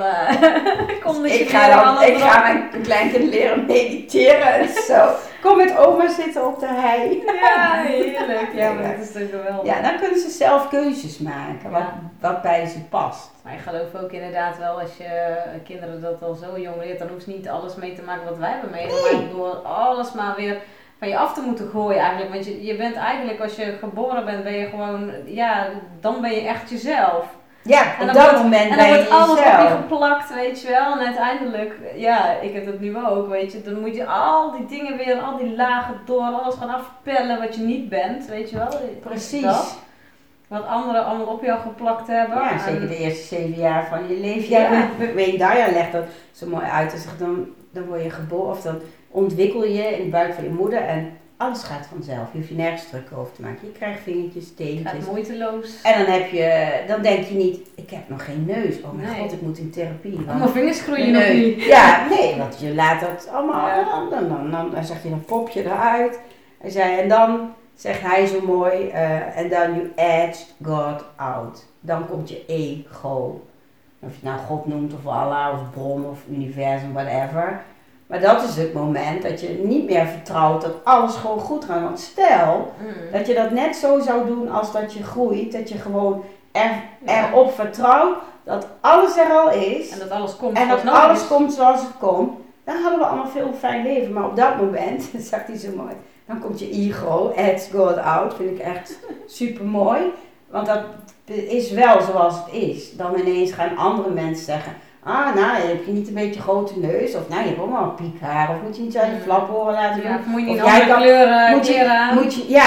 ik ga mijn kleinkind leren mediteren en zo. Kom met oma zitten op de hei. Ja, heerlijk. Ja, maar dat is toch geweldig. Ja, dan kunnen ze zelf keuzes maken wat bij ze past. Maar ik geloof ook inderdaad wel, als je kinderen dat al zo jong leert, dan hoeft niet alles mee te maken wat wij hebben meegemaakt. Door alles maar weer van je af te moeten gooien eigenlijk. Want je bent eigenlijk, als je geboren bent, ben je gewoon, ja, dan ben je echt jezelf. Ja, op dat moment ben je jezelf. En dan wordt alles op je geplakt, weet je wel. En uiteindelijk, ja, ik heb dat nu ook, weet je. Dan moet je al die dingen weer, al die lagen door, alles gaan afpellen wat je niet bent, weet je wel. Precies. Dat, wat anderen allemaal op jou geplakt hebben. Ja, zeker de eerste 7 jaar van je leven. Ja, Wayne Dyer legt dat zo mooi uit. Hij zegt, dan word je geboren, of dan ontwikkel je in de buik van je moeder en... Alles gaat vanzelf. Je hoeft je nergens druk over te maken. Je krijgt vingertjes, teentjes. Gaat moeiteloos. En dan denk je niet, ik heb nog geen neus. Oh mijn god, ik moet in therapie. Mijn vingers groeien nog niet. Ja, nee, want je laat dat allemaal. Dan zeg je, dan pop je eruit. En dan zegt hij zo mooi, en dan you edge God out. Dan komt je ego. Of je het nou God noemt, of Allah, of bron, of universum, whatever. Maar dat is het moment dat je niet meer vertrouwt dat alles gewoon goed gaat. Want stel dat je dat net zo zou doen als dat je groeit. Dat je gewoon erop vertrouwt dat alles er al is. En dat alles komt, komt zoals het komt. Dan hadden we allemaal veel fijn leven. Maar op dat moment, dat zegt hij zo mooi. Dan komt je ego, it's God out. Vind ik echt super mooi. Want dat is wel zoals het is. Dan ineens gaan andere mensen zeggen... heb je niet een beetje grote neus? Of je hebt ook wel een piekhaar. Of moet je niet zo je flaphoren laten doen? Of moet je niet andere kleuren aan?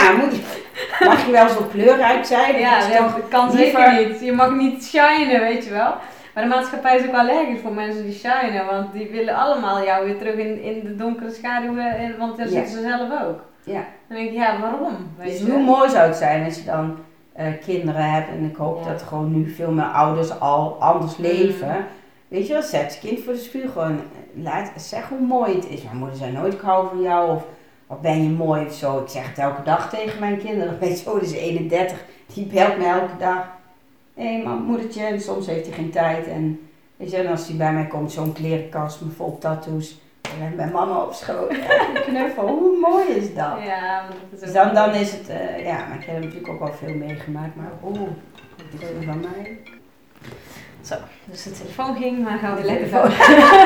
Mag je wel zo kleurrijk zijn? Ja, dat kan zeker niet. Je mag niet shinen, weet je wel. Maar de maatschappij is ook allergisch voor mensen die shinen. Want die willen allemaal jou weer terug in de donkere schaduwen. Want daar zitten ze zelf ook. Ja. Dan denk ik, waarom? Dus hoe mooi zou het zijn als je dan kinderen hebt. En ik hoop dat gewoon nu veel meer ouders al anders leven. Weet je wel, zet je kind voor de spiegel en zeg hoe mooi het is. Mijn moeder zei nooit, ik hou van jou of wat ben je mooi of zo. Ik zeg het elke dag tegen mijn kinderen. Weet je wel, die is 31, die belt me elke dag. Hé, moedertje, en soms heeft hij geen tijd. En weet je, en als hij bij mij komt, zo'n klerenkast met vol tattoos. En met mama op schoot, een knuffel, hoe mooi is dat? Ja, dat is dus dan is het, maar ik heb natuurlijk ook al veel meegemaakt, maar dit is van mij. Zo, dus de telefoon ging, maar gaan we weer lekker voor.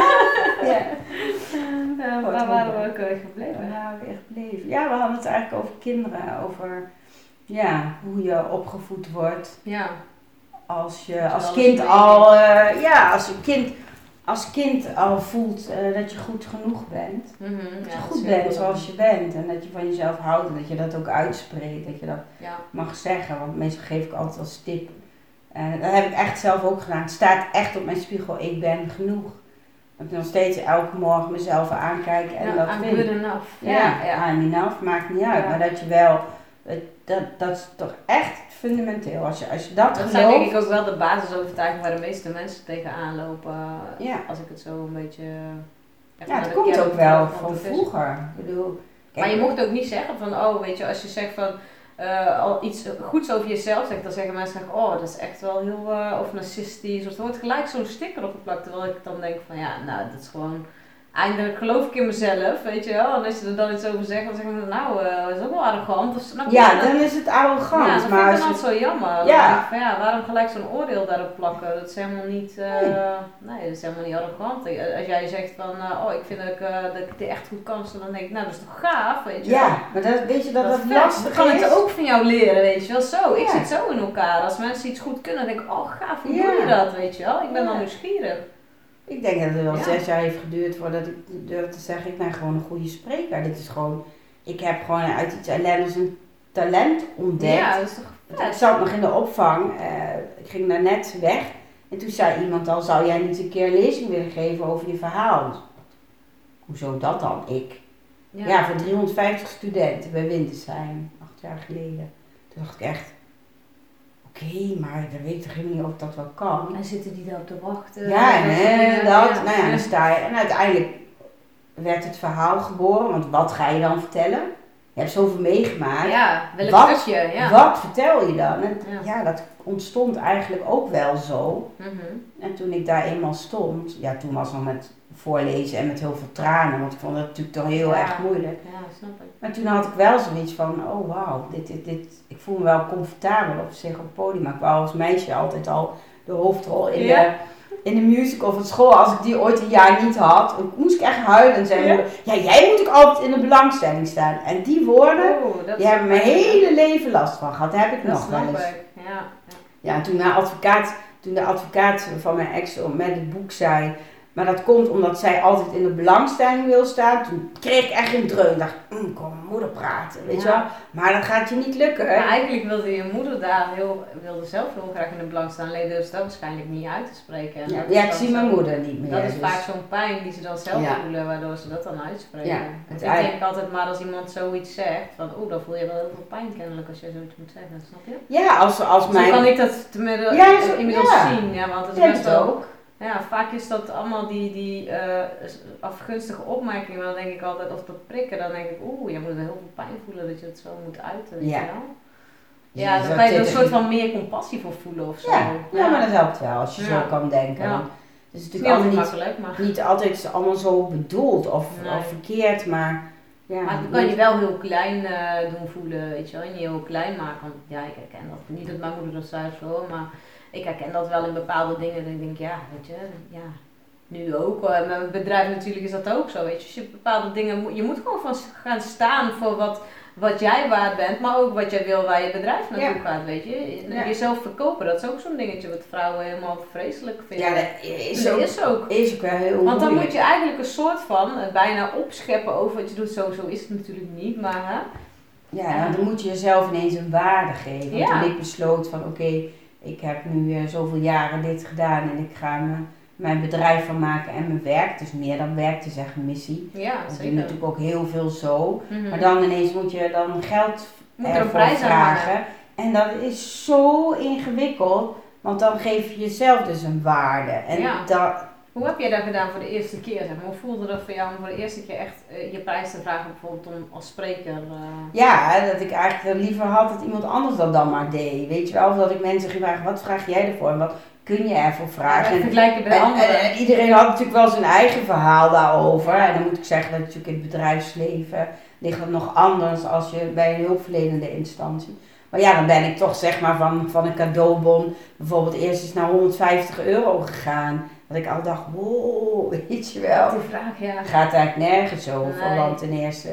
Waar waren we ook gebleven? Ja, we hadden het eigenlijk over kinderen, over hoe je opgevoed wordt. Ja. Als kind al voelt dat je goed genoeg bent. Dat je goed bent zoals je bent en dat je van jezelf houdt en dat je dat ook uitspreekt, dat je dat mag zeggen. Want meestal geef ik altijd als tip. En dat heb ik echt zelf ook gedaan. Het staat echt op mijn spiegel, ik ben genoeg. Dat ik nog steeds elke morgen mezelf aankijk en dat vind. Good enough. I'm enough, maakt niet uit. Maar dat je wel, dat is toch echt fundamenteel. Als je dat gelooft. Zijn denk ik ook wel de basisovertuiging waar de meeste mensen tegenaan lopen. Als ik het zo een beetje... het komt ook wel van vroeger. Ik bedoel, maar je mocht ook niet zeggen van, weet je, als je zegt van... al iets goeds over jezelf zegt, dan zeggen mensen, dat is echt wel heel, of narcistisch, of er wordt gelijk zo'n sticker opgeplakt, terwijl ik dan denk van, dat is gewoon, eindelijk geloof ik in mezelf, weet je wel, en als je er dan iets over zegt, dan zeggen ze, dat is ook wel arrogant, of snap je? Ja, dan is het arrogant. Ja, dat vind ik dan altijd zo jammer. Ja. Waarom gelijk zo'n oordeel daarop plakken, dat is helemaal niet, dat is helemaal niet arrogant. Als jij zegt van, ik vind dat ik dit echt goed kan, dan denk ik, dat is toch gaaf, weet je wel. Ja, maar weet je dat lastig is? Dan kan ik het ook van jou leren, weet je wel, zo. Ik zit zo in elkaar. Als mensen iets goed kunnen, dan denk ik, gaaf, hoe doe je dat, weet je wel. Ik ben dan nieuwsgierig. Ik denk dat het wel 6 jaar heeft geduurd voordat ik durf te zeggen, ik ben gewoon een goede spreker. Dit is gewoon, ik heb gewoon uit iets ellendigs een talent ontdekt. Ja, dat is toch ik zat nog in de opvang, ik ging daar net weg. En toen zei iemand al, zou jij niet een keer een lezing willen geven over je verhaal? Hoezo dat dan? Ik? Ja, voor 350 studenten bij Wintersheim, 8 jaar geleden. Toen dacht ik echt, oké, maar dan weet ik toch helemaal niet of ik dat wel kan. En zitten die daar op te wachten? Ja, en dan sta je. En uiteindelijk werd het verhaal geboren, want wat ga je dan vertellen? Je hebt zoveel meegemaakt. Ja, welk stukje, ja. Wat vertel je dan? En dat ontstond eigenlijk ook wel zo. Mm-hmm. En toen ik daar eenmaal stond, toen was het nog met voorlezen en met heel veel tranen, want ik vond het natuurlijk toch heel erg moeilijk. Ja, snap ik. Maar toen had ik wel zoiets van, oh wauw, dit, ik voel me wel comfortabel op zich op het podium. Maar ik wou als meisje altijd al de hoofdrol in de musical van school. Als ik die ooit een jaar niet had, moest ik echt huilen en zeggen, jij moet ook altijd in de belangstelling staan. En die woorden, die hebben mijn hele leven last van gehad. Daar heb ik nog wel eens. Ja, en toen de advocaat van mijn ex met het boek zei, maar dat komt omdat zij altijd in de belangstelling wil staan. Toen kreeg ik echt een dreun. Ik dacht, kom mijn moeder praten, weet je wel. Maar dat gaat je niet lukken. Maar eigenlijk wilde je moeder daar wilde zelf heel graag in de belangstelling. Alleen durfde dat waarschijnlijk niet uit te spreken. En ik zie mijn moeder niet meer. Dat is vaak zo'n pijn die ze dan zelf voelen, waardoor ze dat dan uitspreken. Ja, ik denk altijd maar als iemand zoiets zegt, van dan voel je wel heel veel pijn kennelijk als je zoiets moet zeggen, snap je? Ja, als mijn... Zo kan ik dat inmiddels zien, want het is best wel... Ook. Ja, vaak is dat allemaal die afgunstige opmerkingen, maar dan denk ik altijd, of dat prikken, dan denk ik, je moet wel heel veel pijn voelen dat je het zo moet uiten, weet je wel. Ja, dan kan je er een soort van meer compassie voor voelen of zo. Ja, maar dat helpt wel als je zo kan denken. Ja. Het is natuurlijk allemaal niet altijd allemaal zo bedoeld of verkeerd, maar... Ja, maar het kan je wel heel klein doen voelen, weet je wel, en je heel klein maken, want ik herken dat, niet dat mijn moeder dat zei zo, maar... Ik herken dat wel in bepaalde dingen. En ik denk, weet je, nu ook. Met mijn bedrijf natuurlijk is dat ook zo, weet je. Als je bepaalde dingen, je moet gewoon van gaan staan voor wat jij waard bent. Maar ook wat jij wil waar je bedrijf naartoe gaat, weet je. Jezelf verkopen, dat is ook zo'n dingetje wat vrouwen helemaal vreselijk vinden. Ja, dat is ook wel heel moeilijk. Want dan moet je eigenlijk een soort van bijna opscheppen over wat je doet. Zo is het natuurlijk niet, maar... dan moet je jezelf ineens een waarde geven. Want toen ik besloot van, oké, ik heb nu zoveel jaren dit gedaan en ik ga mijn bedrijf van maken en mijn werk. Dus meer dan werk te zeggen, missie. Ja, dat doe natuurlijk ook heel veel zo. Mm-hmm. Maar dan ineens moet je dan geld ervoor vragen. En dat is zo ingewikkeld, want dan geef je jezelf dus een waarde. En hoe heb jij dat gedaan voor de eerste keer? Zeg maar? Hoe voelde dat voor jou om voor de eerste keer echt je prijs te vragen, bijvoorbeeld om als spreker? Ja, dat ik eigenlijk liever had dat iemand anders dat dan maar deed. Weet je wel, of dat ik mensen ging vragen, wat vraag jij ervoor en wat kun je ervoor vragen? Vergelijken bij anderen. En iedereen had natuurlijk wel zijn eigen verhaal daarover. En dan moet ik zeggen dat natuurlijk in het bedrijfsleven ligt dat nog anders als je bij een hulpverlenende instantie. Maar dan ben ik toch zeg maar van een cadeaubon bijvoorbeeld eerst eens naar €150 gegaan. Dat ik al dacht, wow, weet je wel. Die vraag, gaat eigenlijk nergens over. Nee. Want ten eerste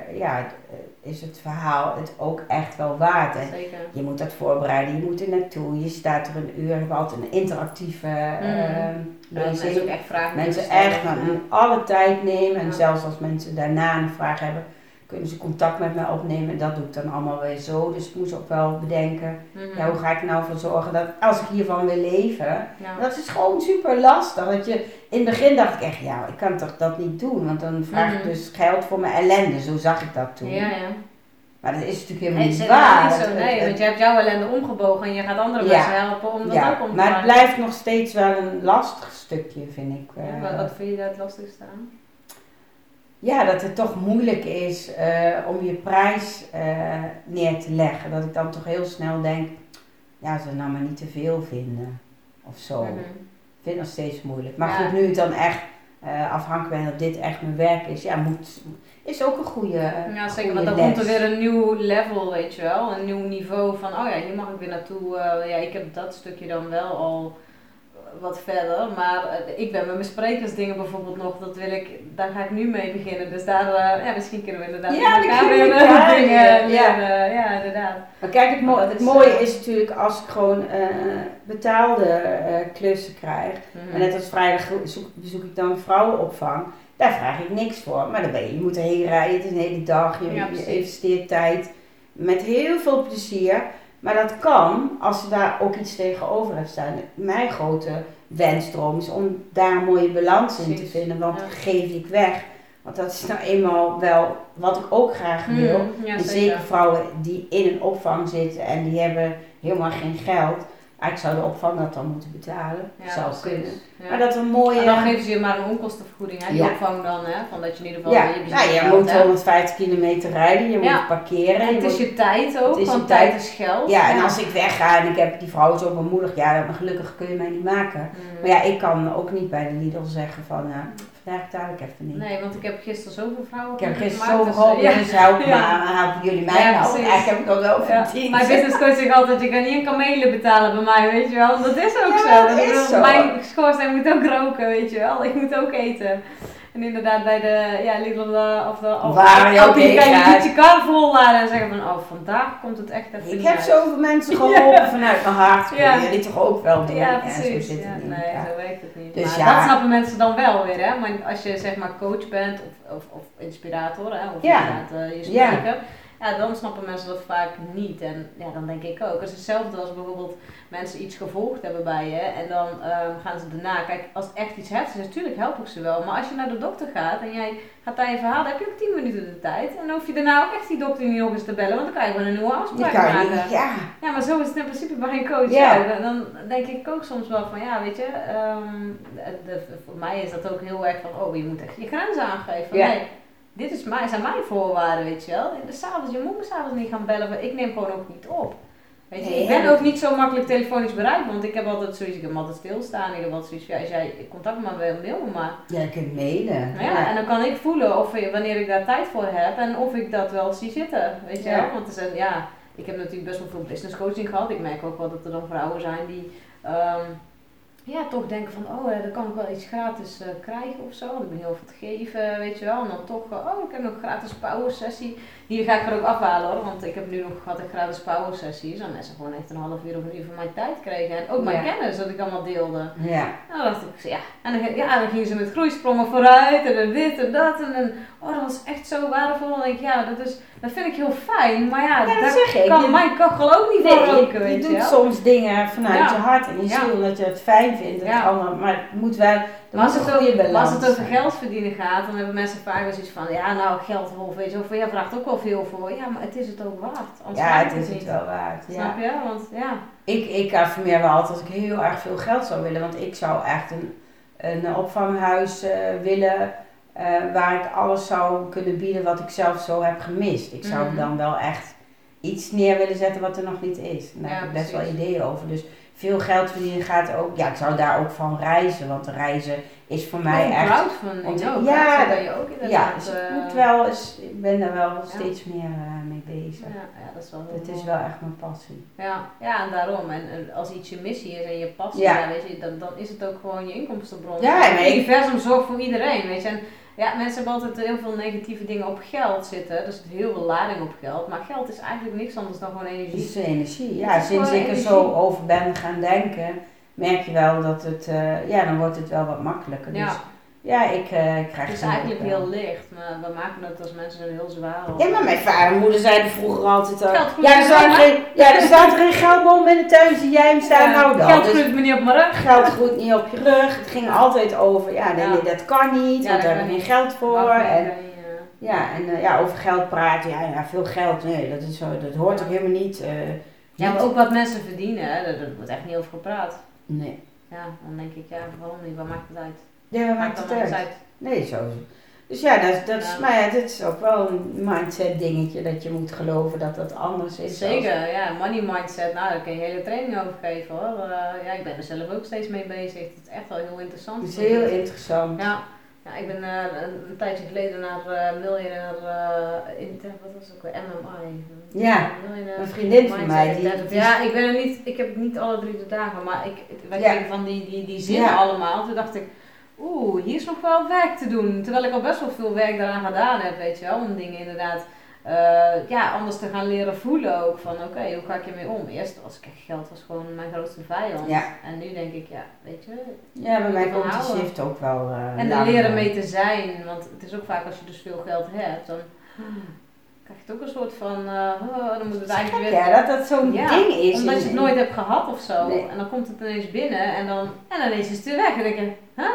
is het verhaal het ook echt wel waard. En zeker. Je moet dat voorbereiden, je moet er naartoe. Je staat er een uur, wat een interactieve lezing. Mensen ook echt vragen. Mensen echt alle tijd nemen. En zelfs als mensen daarna een vraag hebben, kunnen ze contact met mij opnemen. En dat doe ik dan allemaal weer zo. Dus ik moest ook wel bedenken, hoe ga ik er nou voor zorgen dat als ik hiervan wil leven, dat is gewoon super lastig. Dat je, in het begin dacht ik echt, ik kan toch dat niet doen. Want dan vraag ik dus geld voor mijn ellende. Zo zag ik dat toen. Ja. Maar dat is natuurlijk helemaal niet waar. Niet zo, want je hebt jouw ellende omgebogen en je gaat andere mensen helpen om dat ook om te maken. Maar het blijft nog steeds wel een lastig stukje, vind ik. Wat vind je daar het lastigste aan? Ja, dat het toch moeilijk is om je prijs neer te leggen. Dat ik dan toch heel snel denk, ze nou maar niet te veel vinden of zo. Ik vind het nog steeds moeilijk. Maar goed, nu ik dan echt afhankelijk ben dat dit echt mijn werk is, is ook een goede zeker, want dan komt er weer een nieuw level, weet je wel. Een nieuw niveau van, hier mag ik weer naartoe. Ik heb dat stukje dan wel al wat verder, maar ik ben met mijn sprekersdingen bijvoorbeeld nog, daar ga ik nu mee beginnen, dus daar, misschien kunnen we inderdaad dingen leren, inderdaad. Maar kijk, het mooie is natuurlijk als ik gewoon betaalde klussen krijg, en net als vrijdag bezoek ik dan vrouwenopvang, daar vraag ik niks voor, maar dan je moet erheen rijden, het is een hele dag, je investeert tijd, met heel veel plezier. Maar dat kan, als je daar ook iets tegenover hebt staan. Mijn grote wensdroom is om daar een mooie balans in te vinden. Want geef ik weg. Want dat is nou eenmaal wel wat ik ook graag wil. En zeker vrouwen die in een opvang zitten en die hebben helemaal geen geld. Eigenlijk zou de opvang dat dan moeten betalen. Ja, zou precies. kunnen. Ja. Maar dat een mooie... En dan geven ze je maar een onkostenvergoeding, hè, die opvang dan, hè? Van dat je in ieder geval je je moet 150 kilometer rijden, je moet parkeren. En het is je tijd ook, want tijd is geld. Ja, en als ik wegga en ik heb die vrouw zo bemoedigd, maar gelukkig kun je mij niet maken. Maar ja, ik kan ook niet bij de Lidl zeggen van, vandaag betaal ik even niet. Nee, want ik heb gisteren zoveel vrouwen Ik heb gisteren zoveel geholpen, dus helpen jullie mij nou? Eigenlijk heb ik dat wel verdiend. Mijn business coach zegt altijd, je kan niet een kamelen betalen bij mij, weet je wel. Dat is ook zo. Dat is zo. Mijn schoorsteen moet ook roken, weet je wel. Ik moet ook eten. En inderdaad bij de Lidl waar je ook heen gaat. Je kunt je kar volladen en zeggen van, vandaag komt het echt even Ik heb zoveel mensen geholpen vanuit mijn hart. Kun jullie toch ook wel doen? Ja, precies. Zo zit het niet. Nee, zo werkt het niet. Dus maar dat snappen mensen dan wel weer, hè. Maar als je zeg maar coach bent of inspirator, hè, of inderdaad je spreker, dan snappen mensen dat vaak niet. En dan denk ik ook. Het is hetzelfde als bijvoorbeeld mensen iets gevolgd hebben bij je en dan gaan ze daarna. Kijk, als het echt iets heftigs is, natuurlijk help ik ze wel. Maar als je naar de dokter gaat en jij gaat daar je verhaal, dan heb je ook 10 minuten de tijd. En dan hoef je daarna ook echt die dokter niet nog eens te bellen, want dan kan je gewoon een nieuwe afspraak maken. Ja, maar zo is het in principe bij een coach ook. En dan denk ik ook soms wel van, weet je, voor mij is dat ook heel erg van, je moet echt je grenzen aangeven. Nee, dit zijn mijn voorwaarden, weet je wel. Je moet me s'avonds niet gaan bellen, want ik neem gewoon ook niet op. Weet je, ik ben ook niet zo makkelijk telefonisch bereikbaar, want ik heb altijd zoiets, ik heb altijd stilstaan. Ik heb altijd zoiets, als jij contact met me wil, mail me maar. Ja, je kunt mailen. En dan kan ik voelen wanneer ik daar tijd voor heb en of ik dat wel zie zitten, weet je wel. Want er zijn, ik heb natuurlijk best wel veel business coaching gehad. Ik merk ook wel dat er dan vrouwen zijn die toch denken van, dan kan ik wel iets gratis krijgen of zo. Want ik ben heel veel te geven, weet je wel. En dan toch, ik heb nog een gratis power sessie. Die ga ik er ook afhalen hoor, want ik heb nu nog gehad gratis power sessies. En mensen gewoon echt een half uur of een uur van mijn tijd kregen. En ook mijn kennis dat ik allemaal deelde. Ja. En dan dacht ik, En dan gingen ze met groeisprongen vooruit en dan dit en dat. En dan, dat was echt zo waardevol. En dan denk ik, dat vind ik heel fijn. Maar daar kan mijn kachel ook niet voor roken, weet je. Je doet soms dingen vanuit je hart en je ziel, omdat je het fijn vindt. Maar het moet wel, maar als het over geld verdienen gaat, dan hebben mensen vaak wel zoiets van, geldwolf, weet je, of jij vraagt ook wel veel voor. Ja, maar het is het ook waard. Het is het wel waard. Snap je? Want Ik affirmeer wel altijd als ik heel erg veel geld zou willen, want ik zou echt een opvanghuis willen waar ik alles zou kunnen bieden wat ik zelf zo heb gemist. Ik zou dan wel echt iets neer willen zetten wat er nog niet is. Daar heb ik best wel ideeën over. Dus veel geld verdienen gaat ook, ik zou daar ook van reizen, want reizen is voor mij echt... crowdfunding ook, dat je ook inderdaad... dus het moet wel eens, ik ben daar wel steeds meer mee bezig. Dat is wel het is wel echt mijn passie. Ja, en daarom. En als iets je missie is en je passie, weet je, dan is het ook gewoon je inkomstenbron. Het universum zorgt voor iedereen, weet je. En mensen hebben altijd heel veel negatieve dingen op geld zitten. Er zit heel veel lading op geld. Maar geld is eigenlijk niks anders dan gewoon energie. Het is energie. Sinds ik er zo over ben gaan denken, merk je wel dat het, dan wordt het wel wat makkelijker. Dus ik krijg het is eigenlijk heel licht, maar we maken het als mensen er heel zwaar op. Ja, maar mijn vader en moeder zeiden vroeger altijd al. Er staat geen geldboom in de tuin, zie jij hem staan, nou dan. Geld groeit me niet op mijn rug. Geld groeit niet op je rug. Het ging altijd over, nee, dat kan niet, want daar hebben we geen geld voor. Over geld praten, veel geld, nee, dat is zo, dat hoort ook helemaal niet. Maar ook wat mensen verdienen, daar wordt echt niet over gepraat. Nee. Ja, dan denk ik, waarom niet, wat maakt het uit? Ja, wat maakt het uit? Nee, zo. Dus dat is ook wel een mindset dingetje, dat je moet geloven dat dat anders is. Zeker, money mindset, daar kun je hele training over geven hoor. Ik ben er zelf ook steeds mee bezig, het is echt wel heel interessant. Het is heel interessant. Ja, ik ben een tijdje geleden naar Millionaire, wat was het ook weer, MMI. Een vriendin van mij. Ik heb het niet alle 3 de dagen, maar wij kregen van die zinnen allemaal. Toen dacht ik, hier is nog wel werk te doen. Terwijl ik al best wel veel werk daaraan gedaan heb, weet je wel. Om dingen inderdaad anders te gaan leren voelen ook. Van hoe ga ik ermee om? Eerst als ik echt geld was gewoon mijn grootste vijand. En nu denk ik, weet je. Ja, bij mij komt die shift ook wel. En er leren mee te zijn. Want het is ook vaak als je dus veel geld hebt, dan krijg je het ook een soort van, dan moet het eigenlijk weer... Ja, dat zo'n ding is. Omdat je het nooit hebt gehad of zo. Nee. En dan komt het ineens binnen en dan ineens is het weer weg. En dan denk je,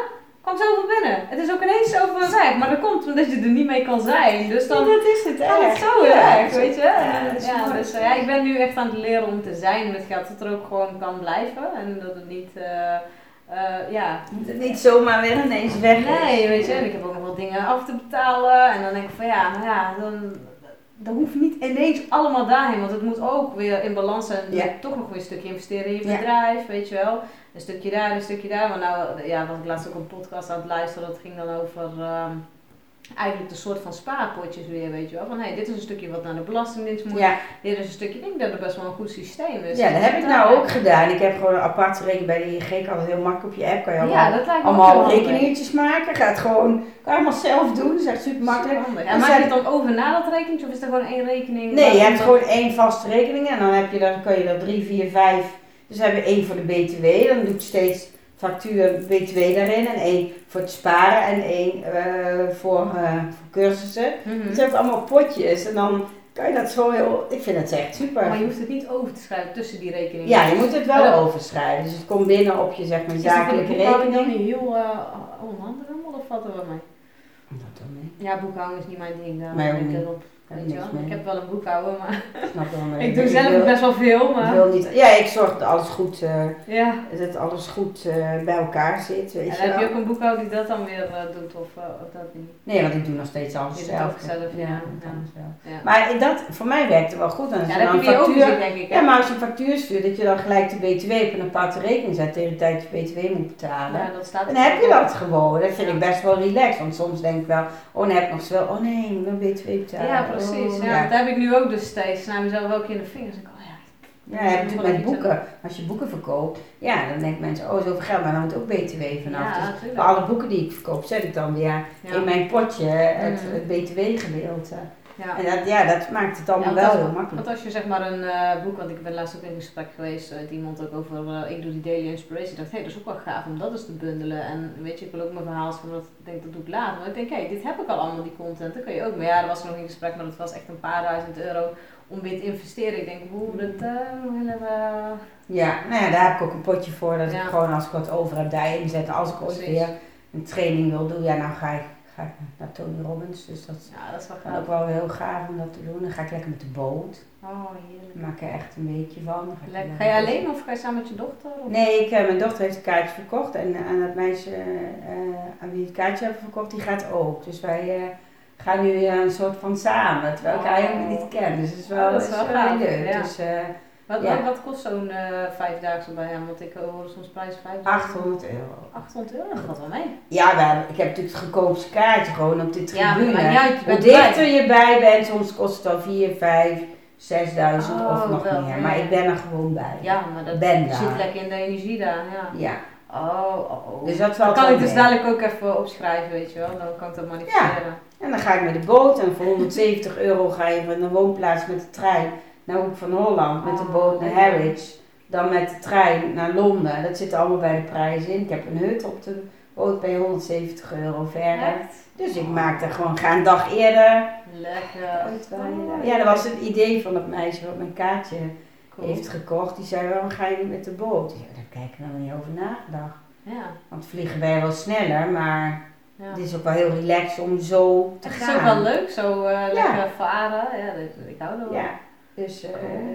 kwam zoveel binnen. Het is ook ineens over mijn weg, maar dat komt omdat je er niet mee kan zijn. Dus dan dat is het echt. zo erg, weet je. Dus ik ben nu echt aan het leren om te zijn met geld, dat er ook gewoon kan blijven. En dat het niet, dat het niet zomaar weer ineens weg is. Nee, weet je. En ik heb ook nog wel dingen af te betalen. En dan denk ik van dan hoeft niet ineens allemaal daarheen, want het moet ook weer in balans zijn. Je moet toch nog weer een stukje investeren in je bedrijf, weet je wel. Een stukje daar, een stukje daar. Maar was ik laatst ook een podcast aan het luisteren, dat ging dan over eigenlijk de soort van spaarpotjes weer, weet je wel. Van dit is een stukje wat naar de Belastingdienst moet. Ja. Dit is een stukje, ik denk dat het best wel een goed systeem is. Ja, dat heb ik nou ook gedaan. Ik heb gewoon een aparte rekening bij de ING, kan het heel makkelijk op je app, kan je allemaal rekeningetjes maken. Kan je allemaal zelf doen, dat is echt super makkelijk. En maak je het dan over na dat rekeningetje of is er gewoon één rekening? Nee, je hebt gewoon één vaste rekening en dan kan je er 3, 4, 5. Dus we hebben één voor de BTW, dan doet steeds factuur BTW daarin en één voor het sparen en één voor cursussen. Mm-hmm. Dus je hebt allemaal potjes en dan kan je dat zo heel, ik vind het echt super. Maar je hoeft het niet over te schrijven tussen die rekeningen. Ja, je moet het wel overschrijven, dus het komt binnen op je zakelijke rekening. Is dat niet heel onhandig of valt er wel mee? Wat dan mee? Ja, boekhouden is niet mijn ding, daar ben ik erop. Weet je wel? Ik heb wel een boekhouden, maar ik doe zelf best wel veel. Maar... Ik zorg dat alles goed, bij elkaar zit. Weet je heb je ook een boekhouder die dat dan weer doet of dat niet? Nee, want ik doe nog steeds alles zelf. Ja. Maar voor mij werkt het wel goed. Dan heb je weer overzicht, denk ik. Ja, maar als je een factuur stuurt, dat je dan gelijk de BTW op een aparte rekening zet tegen de tijd je BTW moet betalen. Ja, dat staat dan heb je dat gewoon. Dat vind ik best wel relaxed, want soms denk ik wel, dan heb ik nog zoveel, ik moet een BTW betalen. Ja, precies. Dat heb ik nu ook dus steeds. Nou, mezelf ook in de vingers. Ja, je hebt natuurlijk met boeken. Als je boeken verkoopt, dan denken mensen, zoveel geld, maar dan moet ook BTW vanaf. Ja, dus voor alle boeken die ik verkoop, zet ik dan weer in mijn potje het BTW gedeelte. Ja. En dat maakt het allemaal wel heel makkelijk. Want als je zeg maar een boek, want ik ben laatst ook in gesprek geweest met iemand ook over, ik doe die daily inspiration. Ik dacht, dat is ook wel gaaf om dat eens te bundelen. En weet je, ik wil ook mijn verhaal van, dat doe ik later. Maar ik denk, dit heb ik al allemaal, die content, dat kun je ook. Maar dat was nog in gesprek, maar dat was echt een paar €1000 om weer te investeren. Ik denk, willen we... Ja, daar heb ik ook een potje voor, dat ik gewoon als ik wat over heb daarin zet. Als ik ooit weer een training wil doen, dan ga ik naar Tony Robbins, dus dat is wel gaaf. Ook wel heel gaaf om dat te doen. Dan ga ik lekker met de boot. Oh, heerlijk. Ik maak er echt een beetje van. Ga je alleen of ga je samen met je dochter? Of? Nee, mijn dochter heeft een kaartje verkocht en aan het meisje aan wie het kaartje hebben verkocht, die gaat ook. Dus wij gaan nu een soort van samen, terwijl ik haar helemaal niet ken. Dus het is wel, gaaf. Leuk. Ja. Dus, wat kost zo'n 5-daagse bij hem? Want ik hoor soms prijzen €500. €800. €800, dat gaat wel mee. Ja, ik heb natuurlijk het goedkoopste kaartje gewoon op de tribune. Maar hoe dichter je bij bent, soms kost het dan 4, 5, 6.000 of nog meer. Ja. Maar ik ben er gewoon bij. Ja, maar dat zit lekker in de energie daar. Ja. Dus dat valt kan ik dus dadelijk ook even opschrijven, weet je wel. Dan kan ik dat manifesteren. Ja. En dan ga ik met de boot en voor €170 ga je van de woonplaats met de trein naar Hoek van Holland, met de boot naar Harwich, dan met de trein naar Londen. Dat zit allemaal bij de prijs in. Ik heb een hut op de boot bij €170 verder. Echt? Dus ik ga een dag eerder. Lekker. Ja, dat was het idee van dat meisje wat mijn kaartje heeft gekocht. Die zei, waarom ga je niet met de boot? Ik zei, daar heb ik nog niet over nagedacht. Ja. Want vliegen wij wel sneller, maar het is ook wel heel relaxed om zo te gaan. Het is ook wel leuk, zo lekker varen. Ja, ik hou er wel. Ja. Dus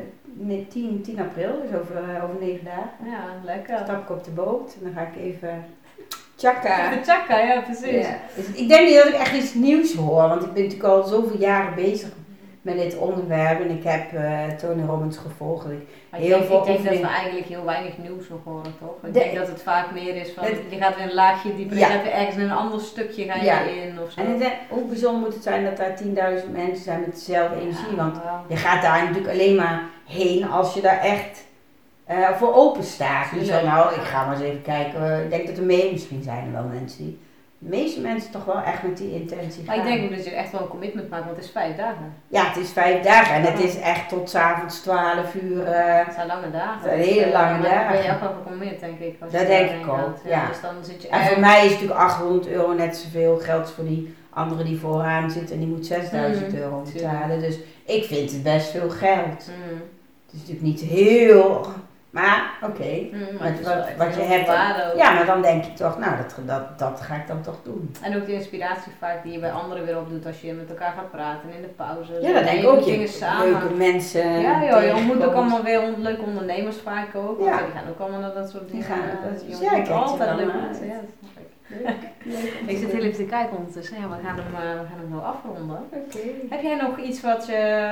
10 april, dus over 9 dagen. Ja, lekker. Stap ik op de boot en dan ga ik even tjaka. De tjaka, ja precies. Ja. Dus ik denk niet dat ik echt iets nieuws hoor, want ik ben natuurlijk al zoveel jaren bezig met dit onderwerp en ik heb Tony Robbins gevolgd. Ik denk dat we eigenlijk heel weinig nieuws nog horen, toch? Ik denk dat het vaak meer is van, je gaat weer een laagje dieper, je gaat weer ergens in een ander stukje ga je in of zo. En hoe bijzonder moet het zijn dat daar 10.000 mensen zijn met dezelfde energie, want je gaat daar natuurlijk alleen maar heen als je daar echt voor open staat. Dus ik ga maar eens even kijken, ik denk dat misschien zijn er wel mensen die... De meeste mensen toch wel echt met die intentie gaan. Maar ik denk dat je echt wel een commitment maakt, want het is 5 dagen. Ja, het is 5 dagen en het is echt tot 's avonds 12 uur. Het zijn lange dagen. Het zijn hele lange dagen. Dan ben je ook wel gecommit, denk ik. Dat denk ik ook, ja. Dus dan zit je en voor mij is natuurlijk €800 net zoveel geld als voor die andere die vooraan zit en die moet €6.000 betalen. Dus ik vind het best veel geld. Het is natuurlijk niet heel Maar oké, wat je hebt. Ja, maar dan denk je toch, nou dat ga ik dan toch doen. En ook de inspiratie vaak die je bij anderen weer opdoet als je met elkaar gaat praten in de pauze. Ja, dat denk ik ook. Dingen samen. Leuke mensen. Ja joh, je ontmoet ook allemaal weer leuke ondernemers vaak ook. Ja. Die gaan ook allemaal naar dat soort dingen. Je ontmoet altijd leuke mensen. Ja, dat snap ik. Ik zit heel even te kijken ondertussen. Ja, we gaan hem wel afronden. Okay. Heb jij nog iets wat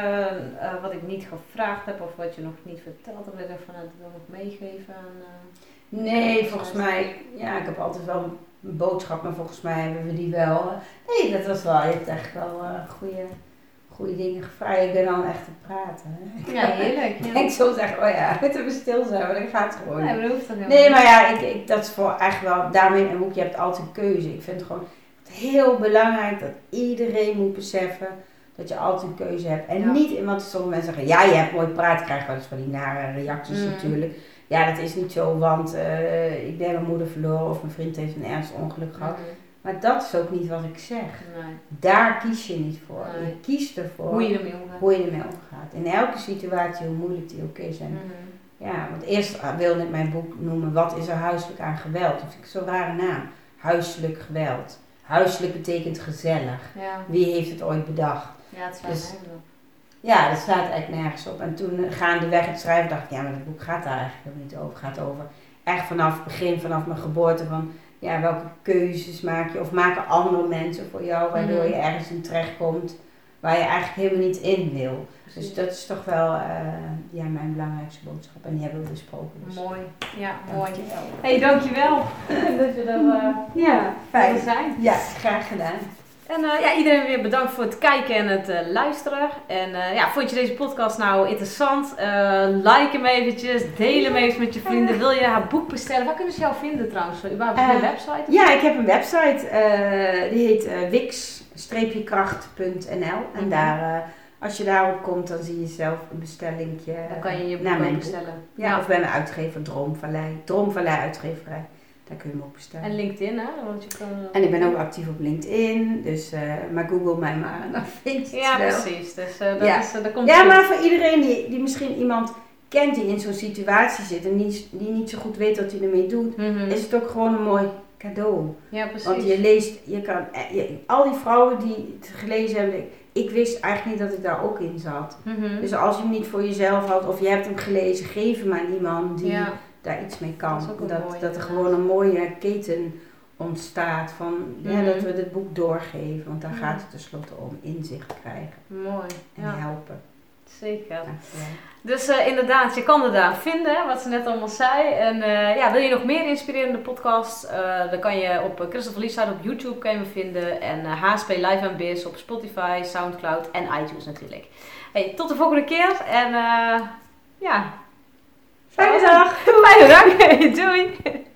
ik niet gevraagd heb of wat je nog niet verteld hebt? Dat ik van het wil nog meegeven aan... nee, volgens mij, ja, ik heb altijd wel een boodschap, maar volgens mij hebben we die wel. Nee, dat was wel, je hebt echt wel goede dingen gevraagd. Ik ben dan echt te praten. Hè. Ja, heerlijk. Ik denk zo zeggen, oh ja, moeten we stil zijn, maar dan gaat het gewoon niet. Nee, dat hoeft toch helemaal niet. Maar ja, dat is voor eigenlijk wel, daarmee in een boek, je hebt altijd een keuze. Ik vind het gewoon heel belangrijk dat iedereen moet beseffen dat je altijd een keuze hebt. En niet, want sommige mensen zeggen, ja, je hebt mooi praten, krijg je wel eens van die nare reacties natuurlijk. Ja, dat is niet zo, want ik ben mijn moeder verloren of mijn vriend heeft een ernstig ongeluk gehad. Maar dat is ook niet wat ik zeg. Nee. Daar kies je niet voor. Nee. Je kiest ervoor hoe je ermee omgaat. In elke situatie, hoe moeilijk die ook is. En ja, want eerst wilde ik mijn boek noemen, wat is er huiselijk aan geweld? Dat vind ik zo'n rare naam. Huiselijk geweld. Huiselijk betekent gezellig. Ja. Wie heeft het ooit bedacht? Ja, het slaat nergens op. Ja, dat slaat eigenlijk nergens op. En toen gaandeweg het schrijven dacht ik, ja, maar dat boek gaat daar eigenlijk helemaal niet over. Het gaat over echt vanaf het begin, vanaf mijn geboorte van, ja, welke keuzes maak je of maken andere mensen voor jou, waardoor je ergens in terechtkomt waar je eigenlijk helemaal niet in wil. Precies. Dus dat is toch wel mijn belangrijkste boodschap en die hebben we besproken. Dus. Mooi, ja, mooi. Hey, dankjewel dat je er fijn zijn. Ja, graag gedaan. En iedereen weer bedankt voor het kijken en het luisteren. En vond je deze podcast nou interessant? Like hem eventjes, deel hem even met je vrienden. Wil je haar boek bestellen? Waar kunnen ze jou vinden trouwens? Überhaupt op je website? Ja, ik heb een website. Die heet wix-kracht.nl. En daar, als je daarop komt, dan zie je zelf een bestellingje. Dan kan je je boek bestellen. Ja, of bij mijn uitgever Droomvallei. Droomvallei uitgeverij. Daar kun je hem op bestellen. En LinkedIn, hè? Want je kan... En ik ben ook actief op LinkedIn, dus maar Google mij maar, dan vind je het wel. Precies. Dus dat komt ja, maar voor iedereen die misschien iemand kent die in zo'n situatie zit en die niet zo goed weet wat hij ermee doet, is het ook gewoon een mooi cadeau. Ja, precies. Want je leest, al die vrouwen die het gelezen hebben, ik wist eigenlijk niet dat ik daar ook in zat. Dus als je hem niet voor jezelf had of je hebt hem gelezen, geef hem aan iemand die... daar iets mee kan. Dat er gewoon een mooie keten ontstaat van dat we het boek doorgeven. Want daar gaat het tenslotte om inzicht krijgen. Mooi. En helpen. Zeker. Dus inderdaad, je kan het daar vinden, wat ze net allemaal zei. En wil je nog meer inspirerende podcasts? Dan kan je op Christel van Lieshout op YouTube kan je me vinden. En HSP Live & Biz op Spotify, Soundcloud en iTunes natuurlijk. Hey, tot de volgende keer. En Fijne dag! Fijne dag! Doei!